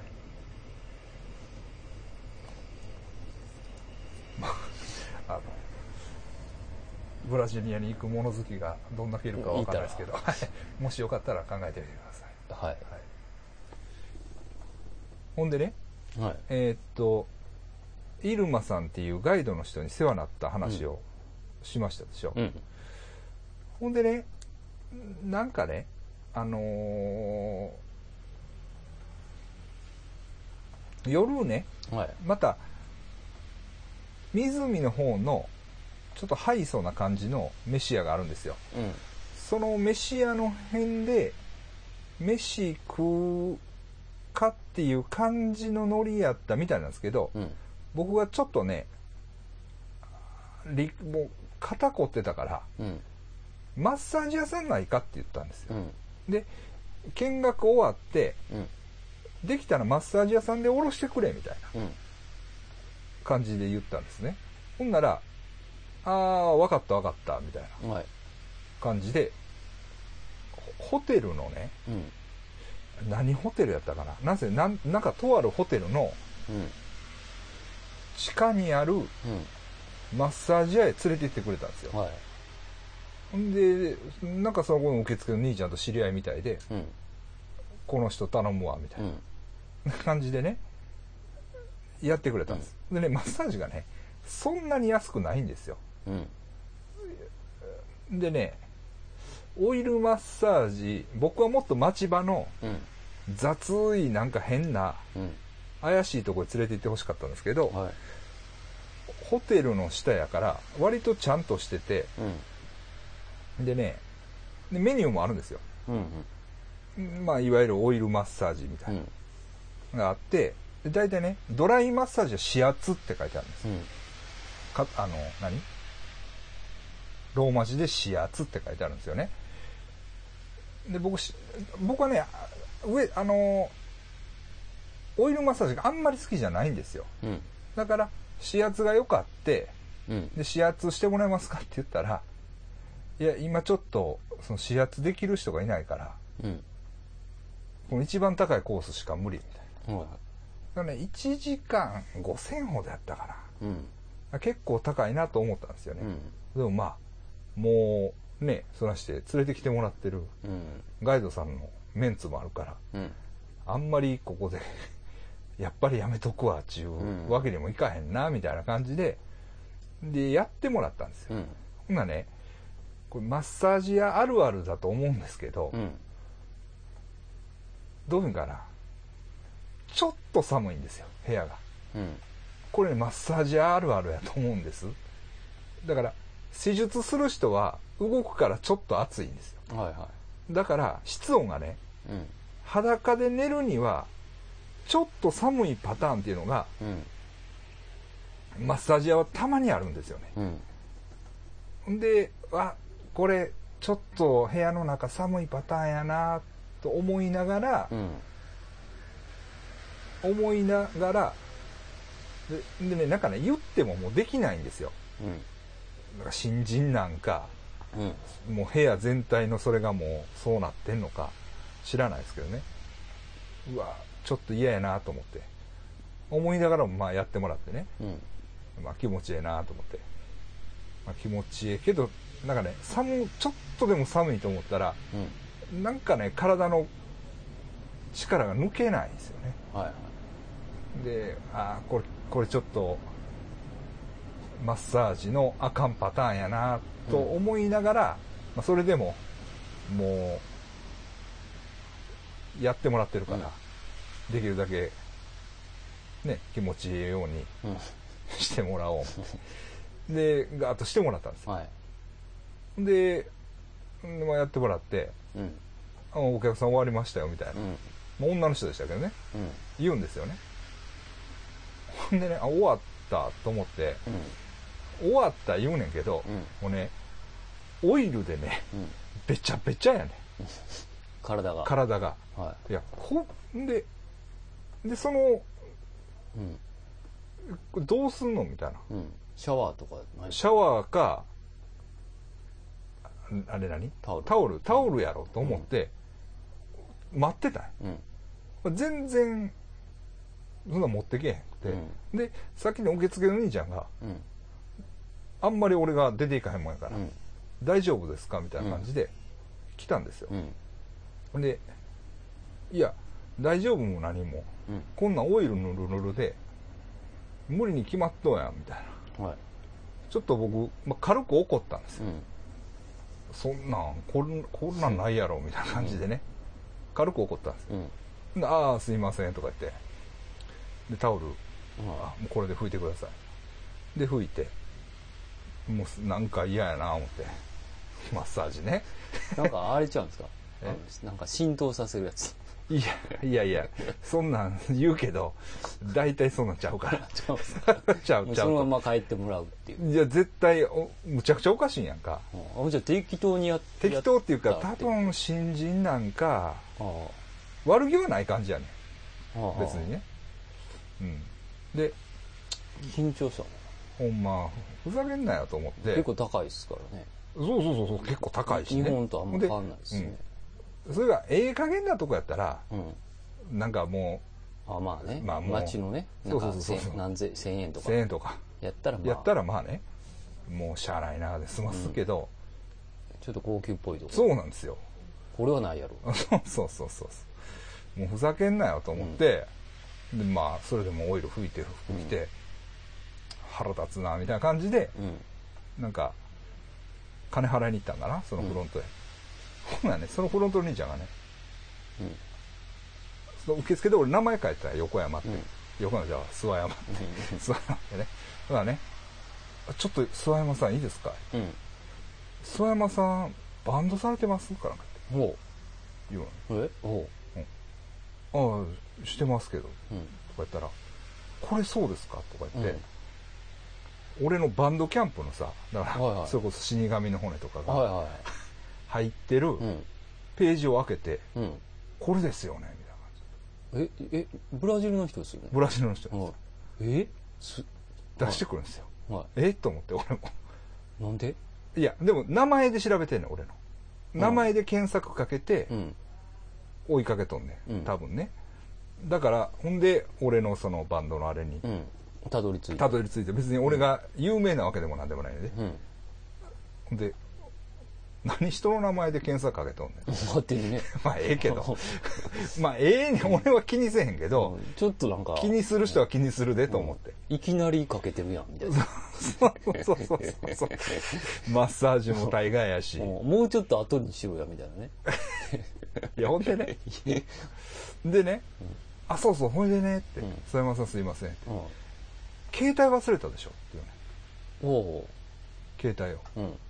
ブラジリアに行く物好きがどんだけいるかわからないですけど、もしよかったら考えてみてください。ほんでね、イルマさんっていうガイドの人に世話になった話をしましたでしょ。ほんでね、なんかね、夜ね、また湖の方のちょっとハイソな感じの飯屋があるんですよ。その飯屋の辺で飯食うかっていう感じのノリやったみたいなんですけど、僕がちょっとねもう肩凝ってたから、マッサージ屋さんないかって言ったんですよ。で見学終わって、できたらマッサージ屋さんで降ろしてくれみたいな感じで言ったんですね。ほんなら分かったみたいな感じで、ホテルのね、何ホテルやったかな、なんかとあるホテルの地下にあるマッサージ屋へ連れて行ってくれたんですよ。ほんで、なんかその後の受付の兄ちゃんと知り合いみたいで、この人頼むわ、みたいな感じでね、やってくれたんです。でね、マッサージがね、そんなに安くないんですよ。でね、オイルマッサージ、僕はもっと町場の雑いなんか変な怪しいところに連れて行ってほしかったんですけど、ホテルの下やから割とちゃんとしてて、でね、メニューもあるんですよ。まあいわゆるオイルマッサージみたいなのがあって、で大体ね、ドライマッサージは指圧って書いてあるんです。ローマ字で指圧って書いてあるんですよね。で、僕はね、オイルマッサージがあんまり好きじゃないんですよ。だから、指圧が良かって、で、指圧してもらえますかって言ったら、いや、今ちょっと、その指圧できる人がいないから、この一番高いコースしか無理みたいな。だからね、1時間5000ほどやったかな。結構高いなと思ったんですよね。でもまあ、もうね、そらして連れてきてもらってるガイドさんのメンツもあるから、あんまりここでやっぱりやめとくわっていうわけにもいかへんなみたいな感じでやってもらったんですよ。ほんなね、これマッサージ屋あるあるだと思うんですけど、どういうんかな、ちょっと寒いんですよ、部屋が。これ、ね、マッサージ屋あるあるやと思うんです。だから施術する人は動くからちょっと暑いんですよ。だから室温がね、裸で寝るにはちょっと寒いパターンっていうのが、マッサージ屋はたまにあるんですよね。で、これちょっと部屋の中寒いパターンやなと思いながら、でね、なんかね、言ってももうできないんですよ。なんか新人なんか、もう部屋全体のそれがもうそうなってんのか知らないですけどね。うわ、ちょっと嫌やなと思って思いながらもまあやってもらってね、まあ気持ちええなと思って、まあ、気持ちええけどなんかね、ちょっとでも寒いと思ったら、なんかね、体の力が抜けないんですよね。で、これちょっとマッサージのあかんパターンやなと思いながら、まあ、それでももうやってもらってるから、できるだけね、気持ちいいようにしてもらおう。で、ガーッとしてもらったんですよ。で、まあ、やってもらって、お客さん終わりましたよみたいな、まあ、女の人でしたけどね、言うんですよね。ほんでね、終わったと思って、終わった言うねんけど、もうね、オイルでね、べちゃべちゃやねん。体が。いや、で、その、どうすんのみたいな。 シャワーとかない？シャワーか、あれ何？タオルやろと思って、待ってたん。全然、そんな持ってけへんくて。で、さっきの受付の兄ちゃんが、あんまり俺が出ていかへんもんやから、大丈夫ですかみたいな感じで来たんですよ。で、いや、大丈夫も何も、こんなんオイルぬるぬるで、無理に決まっとうやん、みたいな。ちょっと僕、軽く怒ったんですよ。そんなん、こんなんないやろ、みたいな感じでね。軽く怒ったんですよ。ああ、すいません、とか言って。で、タオル、もうこれで拭いてください。で、拭いて。もうなんか嫌やな思ってマッサージね。 なんかあれちゃうんですかなんか浸透させるやつ。 いやそんなん言うけど大体そんなんちゃうからちゃうそのまま帰ってもらうっていう。 いや絶対むちゃくちゃおかしいんやんか。 じゃあ適当に適当っていうか多分新人なんか悪気はない感じやねん別にね。で緊張したほんまふざけんなよと思って。 結構高いですからね。 そう結構高いしね。 日本とあんま変わんないですね。 それがええ加減なとこやったら、なんかもまあね。 まあ街のね。 そうそうそうそう。 何千、1000円とか。 1000円とか。 やったらまあね。もうしゃあないなで済ますけど、 ちょっと高級っぽいとこ。 そうなんですよ。 これはないやろ。 そう。もうふざけんなよと思って、でまあそれでもオイル吹いて服着て、腹立つなみたいな感じで、なんか金払いに行ったんだな、そのフロントへ。ほんならね、そのフロントの兄ちゃんがね、その受付で俺名前書いてたら横山って、横山じゃあ諏訪山って諏訪山ってね。だからね、ちょっと諏訪山さんいいですか、諏訪山さんバンドされてますからって言うの。ああしてますけど、とか言ったらこれそうですかとか言って、俺のバンドキャンプのさ、だからそれこそ死神の骨とかが入ってるページを開けて、これですよねみたいな感じ。ブラジルの人ですよね。 ブラジルの人です。出してくるんですよ。と思って俺も。 なんで？ いやでも名前で調べてんねん俺の。名前で検索かけて追いかけとんねん多分ね。だからほんで俺のそのバンドのあれにたどり着いて、別に俺が有名なわけでもなんでもないので、ほんで何人の名前で検索かけとんねん。 待ってね。 まあええけどまあね俺は気にせえへんけど、 ちょっとなんか気にする人は気にするでと思って、 いきなりかけてるやんみたいな。 そうマッサージも大概やし、 もうちょっと後にしろやみたいなね。 いやほんでねでね、そうほいでねって「諏訪山さんすいません」携帯忘れたでしょ」って言うね。携帯を。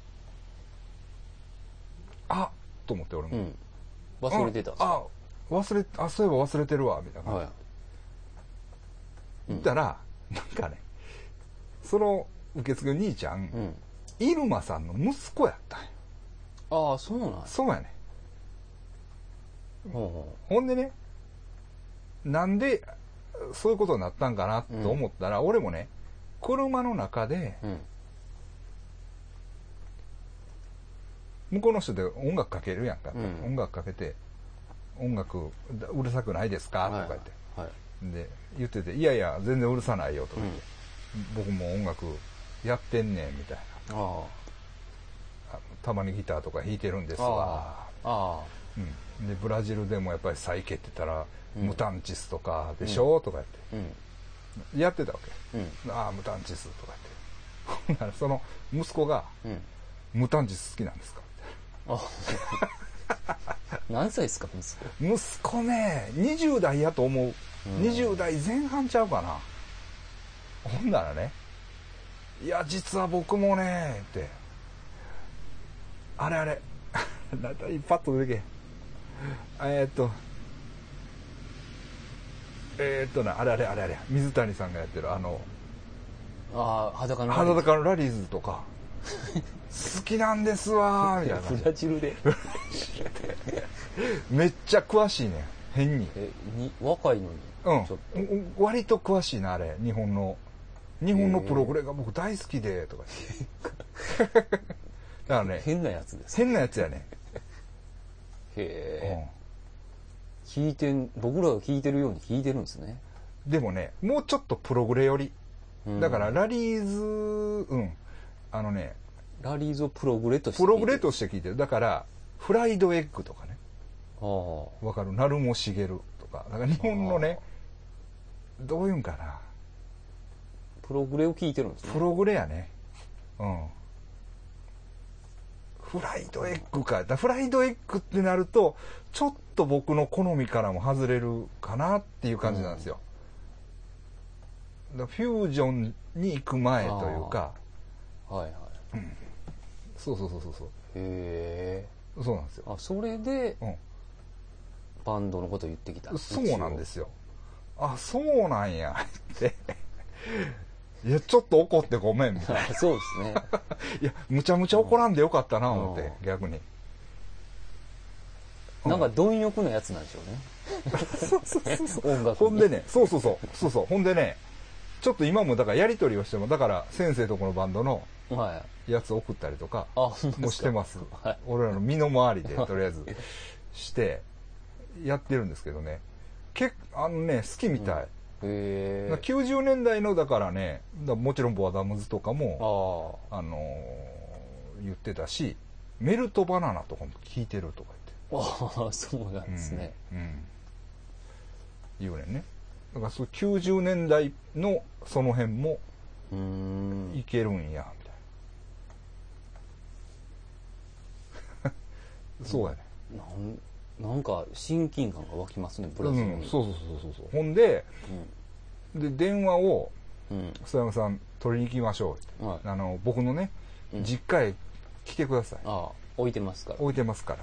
と思って俺も。 忘れてた。 そういえば忘れてるわみたいな感じ。言ったらなんかね、その受付の兄ちゃん、入間さんの息子やったんよ。 そうなん。 そうやね。ほんでね、なんでそういうことになったんかなと思ったら、俺もね車の中で、向こうの人で音楽かけるやんか、音楽かけて「音楽うるさくないですか?」とか言って、で言ってて「いやいや全然うるさないよ」とか言って、僕も音楽やってんねんみたいな、たまにギターとか弾いてるんですわ、でブラジルでもやっぱりサイケって言ったら、ムタンチスとかでしょ、とか言って、やってたわけ、ムタンチスとか言って、ほんならその息子が、ムタンチス好きなんですかみたいな。 何歳ですか息子ね20代やと思う、20代前半ちゃうかな。ほんならね、いや実は僕もねって、あれパッと出てけ、あれ水谷さんがやってる裸のラリーズとか好きなんですわーみたいな。 ブラジルでめっちゃ詳しいね、変に。 若いのに。 割と詳しいなあれ。日本のプログレが僕大好きでとかだからね、 変なやつです。 変なやつやね。 僕らが聴いてるように聴いてるんですね。 でもね、もうちょっとプログレより。だからラリーズ、 ラリーズをプログレとして聴いてる。だからフライドエッグとかね、わかる、成茂茂とか、だから日本のね、どういうんかな、 プログレを聴いてるんですね。 プログレやね。フライドエッグか。フライドエッグってなるとちょっと僕の好みからも外れるかなっていう感じなんですよ。だフュージョンに行く前というか、そうへえ。 そうなんですよ。 それで、バンドのこと言ってきた。 そうなんですよ。そうなんやっていやちょっと怒ってごめんみたいな。 そうですね。 いやむちゃむちゃ怒らんでよかったな思って、逆に。 なんか貪欲なやつなんでしょうね。音楽。 ほんでね、そう。ほんでね、ちょっと今もだからやり取りをしても、だから先生とこのバンドのやつ送ったりとかもしてます。俺らの身の回りでとりあえずしてやってるんですけどね。 好きみたい。90年代のだからね、もちろんボアダムズとかも言ってたし、メルトバナナとかも聴いてるとか言って。 ああ、そうなんですね。 言うねんね。だからそう90年代のその辺もいけるんやみたいな。そうやね。 なんか親近感が湧きますね、ブラジルに。 そう。ほんで、電話を須山さん取りに行きましょう、はい、僕のね、実家へ来てください。 置いてますから。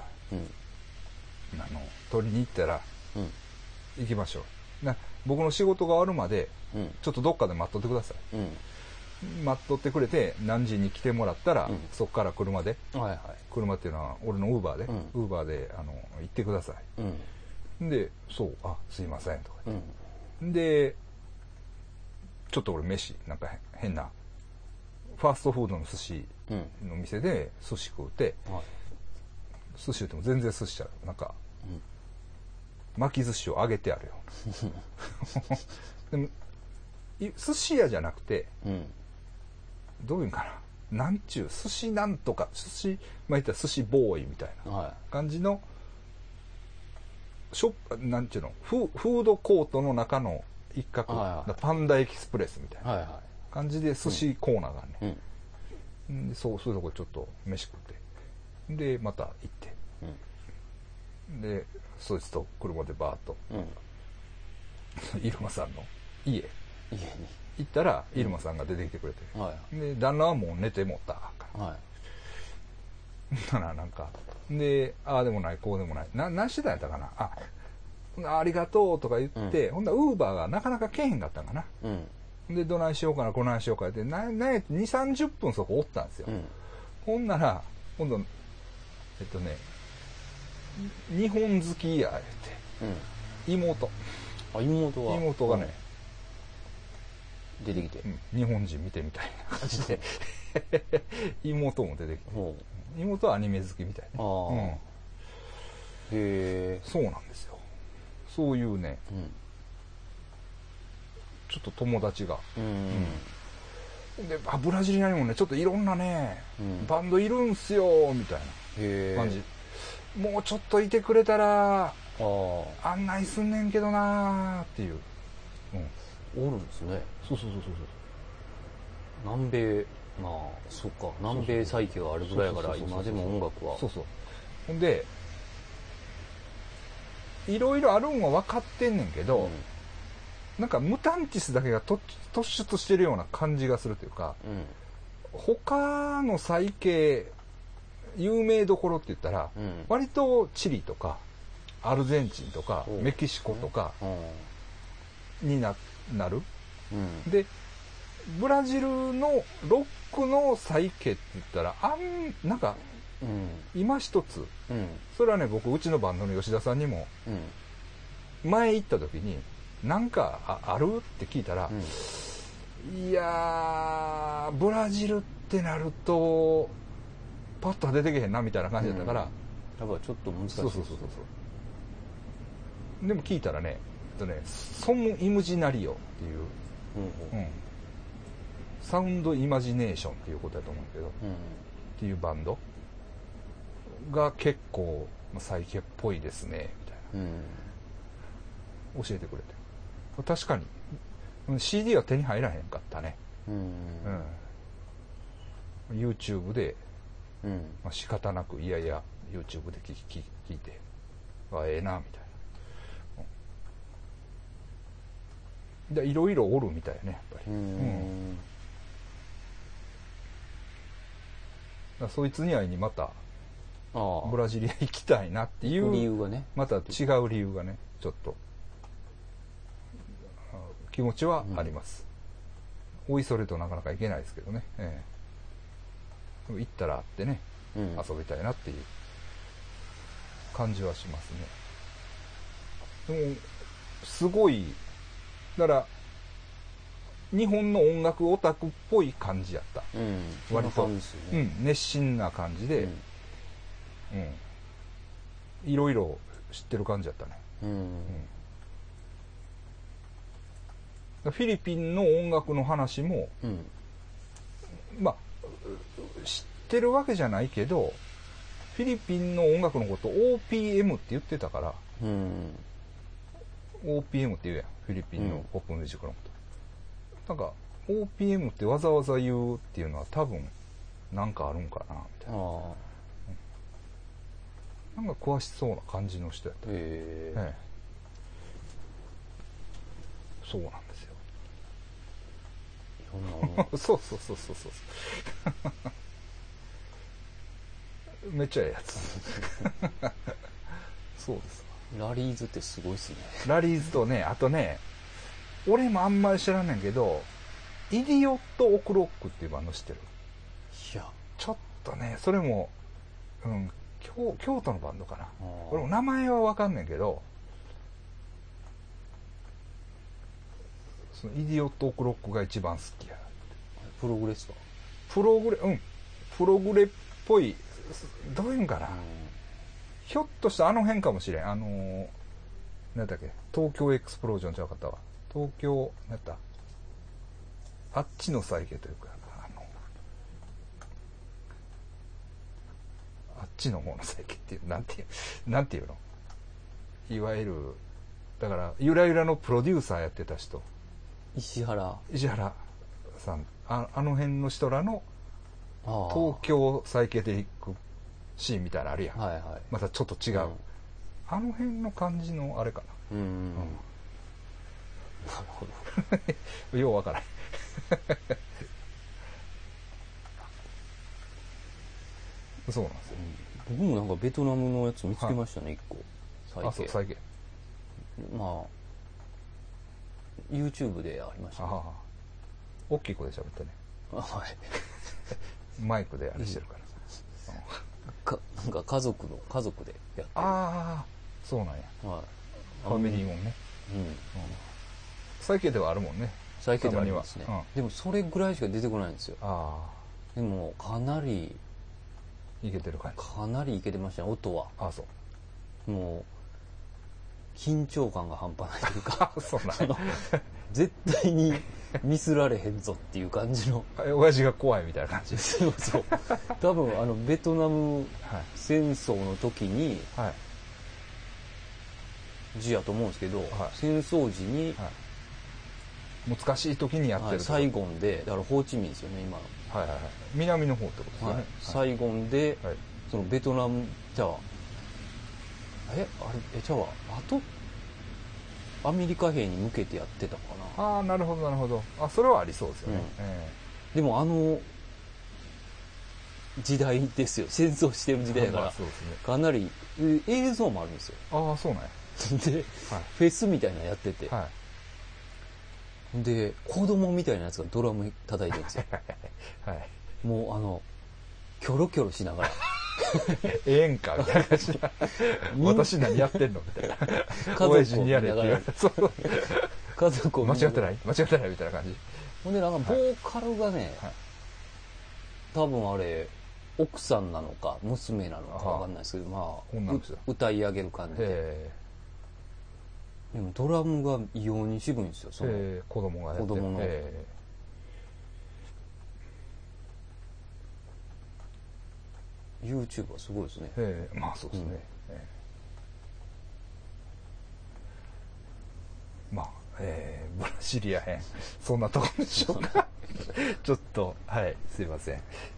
取りに行ったら、行きましょう。僕の仕事が終わるまで、ちょっとどっかで待っとってください。待っとってくれて、何時に来てもらったら、そこから車で、車っていうのは俺のウーバーで、行ってください。で、すいませんとか言って。で、ちょっと俺飯、なんか変な、ファーストフードの寿司の店で寿司食うて、寿司食うても全然寿司ちゃう。なんか、巻き寿司を揚げてあるよ。でも寿司屋じゃなくて、どういうんかな、なんちゅう、寿司なんとか、言ったら寿司ボーイみたいな感じの、なんちゅうの、フードコートの中の一角、パンダエキスプレスみたいな感じで寿司コーナーがね、そういうとこちょっと飯食って、で、また行って、で、そいつと車でバーッと、入間さんの家に行ったら、入間さんが出てきてくれて、で、旦那はもう寝てもったから。なんか、で、ああでもない、こうでもない。何してたんやったかな。ありがとうとか言って、ほんならウーバーがなかなか来へんかったんかな。で、どないしようかな、こないしようかって、2、30分そこおったんですよ。ほんなら、今度、日本好きや、言って。妹がね、 出てきて、 日本人見てみたいな感じで妹も出てきて、妹はアニメ好きみたいな、へえ、そうなんですよ。そういうね、ちょっと友達が、でブラジリアにもねちょっといろんなね、バンドいるんすよみたいな感じ。もうちょっといてくれたら案内すんねんけどなーっていう、 おるんですね。そう南米、まあそっか、南米再起があるぐらいだから今でも音楽はほんでいろいろあるんは分かってんねんけど、なんかムタンティスだけが突出してるような感じがするというか、他の再起有名どころって言ったら、割とチリとかアルゼンチンとかメキシコとかになる、でブラジルのロックの再起って言ったらなんか、今一つ、それはね僕うちのバンドの吉田さんにも、前行った時になんかあるって聞いたら、いやーブラジルってなるとパッと出てけへんなみたいな感じだったから、 やっぱちょっと難しい。 そうでも聞いたらね、ソム・イムジナリオっていう、サウンド・イマジネーションっていうことだと思うけど、っていうバンドが結構再起っぽいですねみたいな、教えてくれて、確かに CD は手に入らへんかったね。YouTube で、仕方なくいやいや YouTube で聞いてええなみたいな。いろいろおるみたいね、やっぱり。そいつに会いにまたブラジリア行きたいなっていう理由がね、 また違う理由がねちょっと気持ちはあります。おいそれとなかなか行けないですけどね、でも行ったら会ってね、遊びたいなっていう感じはしますね。でもすごいだから日本の音楽オタクっぽい感じやった、割と、熱心な感じで、いろいろ知ってる感じやったね。 フィリピンの音楽の話も、まあ知ってるわけじゃないけど、フィリピンの音楽のことを OPM って言ってたから、OPM って言うやん、フィリピンのポップミュージックのこと。なんか OPM ってわざわざ言うっていうのは多分なんかあるんかなみたいな。なんか詳しそうな感じの人やった。そうなんですよ。そうそうそうそうそう。めっちゃええやつ。そうです。 ラリーズってすごいっすね。 ラリーズとね、あとね、俺もあんまり知らんねんけど、イディオット・オクロックっていうバンド知ってる？ いや。 ちょっとね、それも、京都のバンドかな。俺も名前はわかんねんけど、そのイディオット・オクロックが一番好きや。 プログレっすか？ プログレっぽい、どういうんかな。ひょっとしたらあの辺かもしれん。なんだっけ、東京エクスプロージョンちゃうかったわ。東京、なんだった、あっちの再現というか、あっちの方の再現っていう、なんていうの、いわゆる、だから、ゆらゆらのプロデューサーやってた人。石原さん。あの辺の人らの、東京サイケデリックシーンみたいなのあるやん。またちょっと違う。あの辺の感じのあれかな。なるほど。ようわからん。そうなんですよ。 僕もなんかベトナムのやつ見つけましたね、一個。 再現。 まあ、YouTube でありましたね。 大きい声で喋ってね。マイクであれしてるから。 なんか家族でやってる。 そうなんや。ファミリーもんね。再現ではあるもんね。 再現ではありますね。でもそれぐらいしか出てこないんですよ。でもかなりいけてる感じ。 かなりいけてましたね、音は。 そう。 もう緊張感が半端ないというかそうなんや。 絶対にミスられへんぞっていう感じの。 親父が怖いみたいな感じ。 そうそう。多分ベトナム戦争の時に、時やと思うんですけど、戦争時に、 難しい時にやってる。 サイゴンで、だからホーチミンですよね、今の。 南の方ってことですよね。 サイゴンで、そのベトナム、じゃあ、アメリカ兵に向けてやってたかな。 なるほどなるほど。それはありそうですよね。 でも時代ですよ、戦争してる時代だからかなり映像もあるんですよ。 そうなんや。 で、フェスみたいなのやってて、で子供みたいなやつがドラム叩いてるんですよ。もうキョロキョロしながらええんかみたいな感じ。私何やってんのみたいな。親父にやれって言われて。 家族を間違ってないみたいな感じ。 ほんでなんかボーカルがね、多分あれ奥さんなのか娘なのかわかんないですけど、歌い上げる感じで。でもドラムが異様に渋いんですよ、その子供がやってる。 の。YouTube はすごいですね。 そうですね。ブラジリア編、そんなところでしょうか。ちょっと、すいません。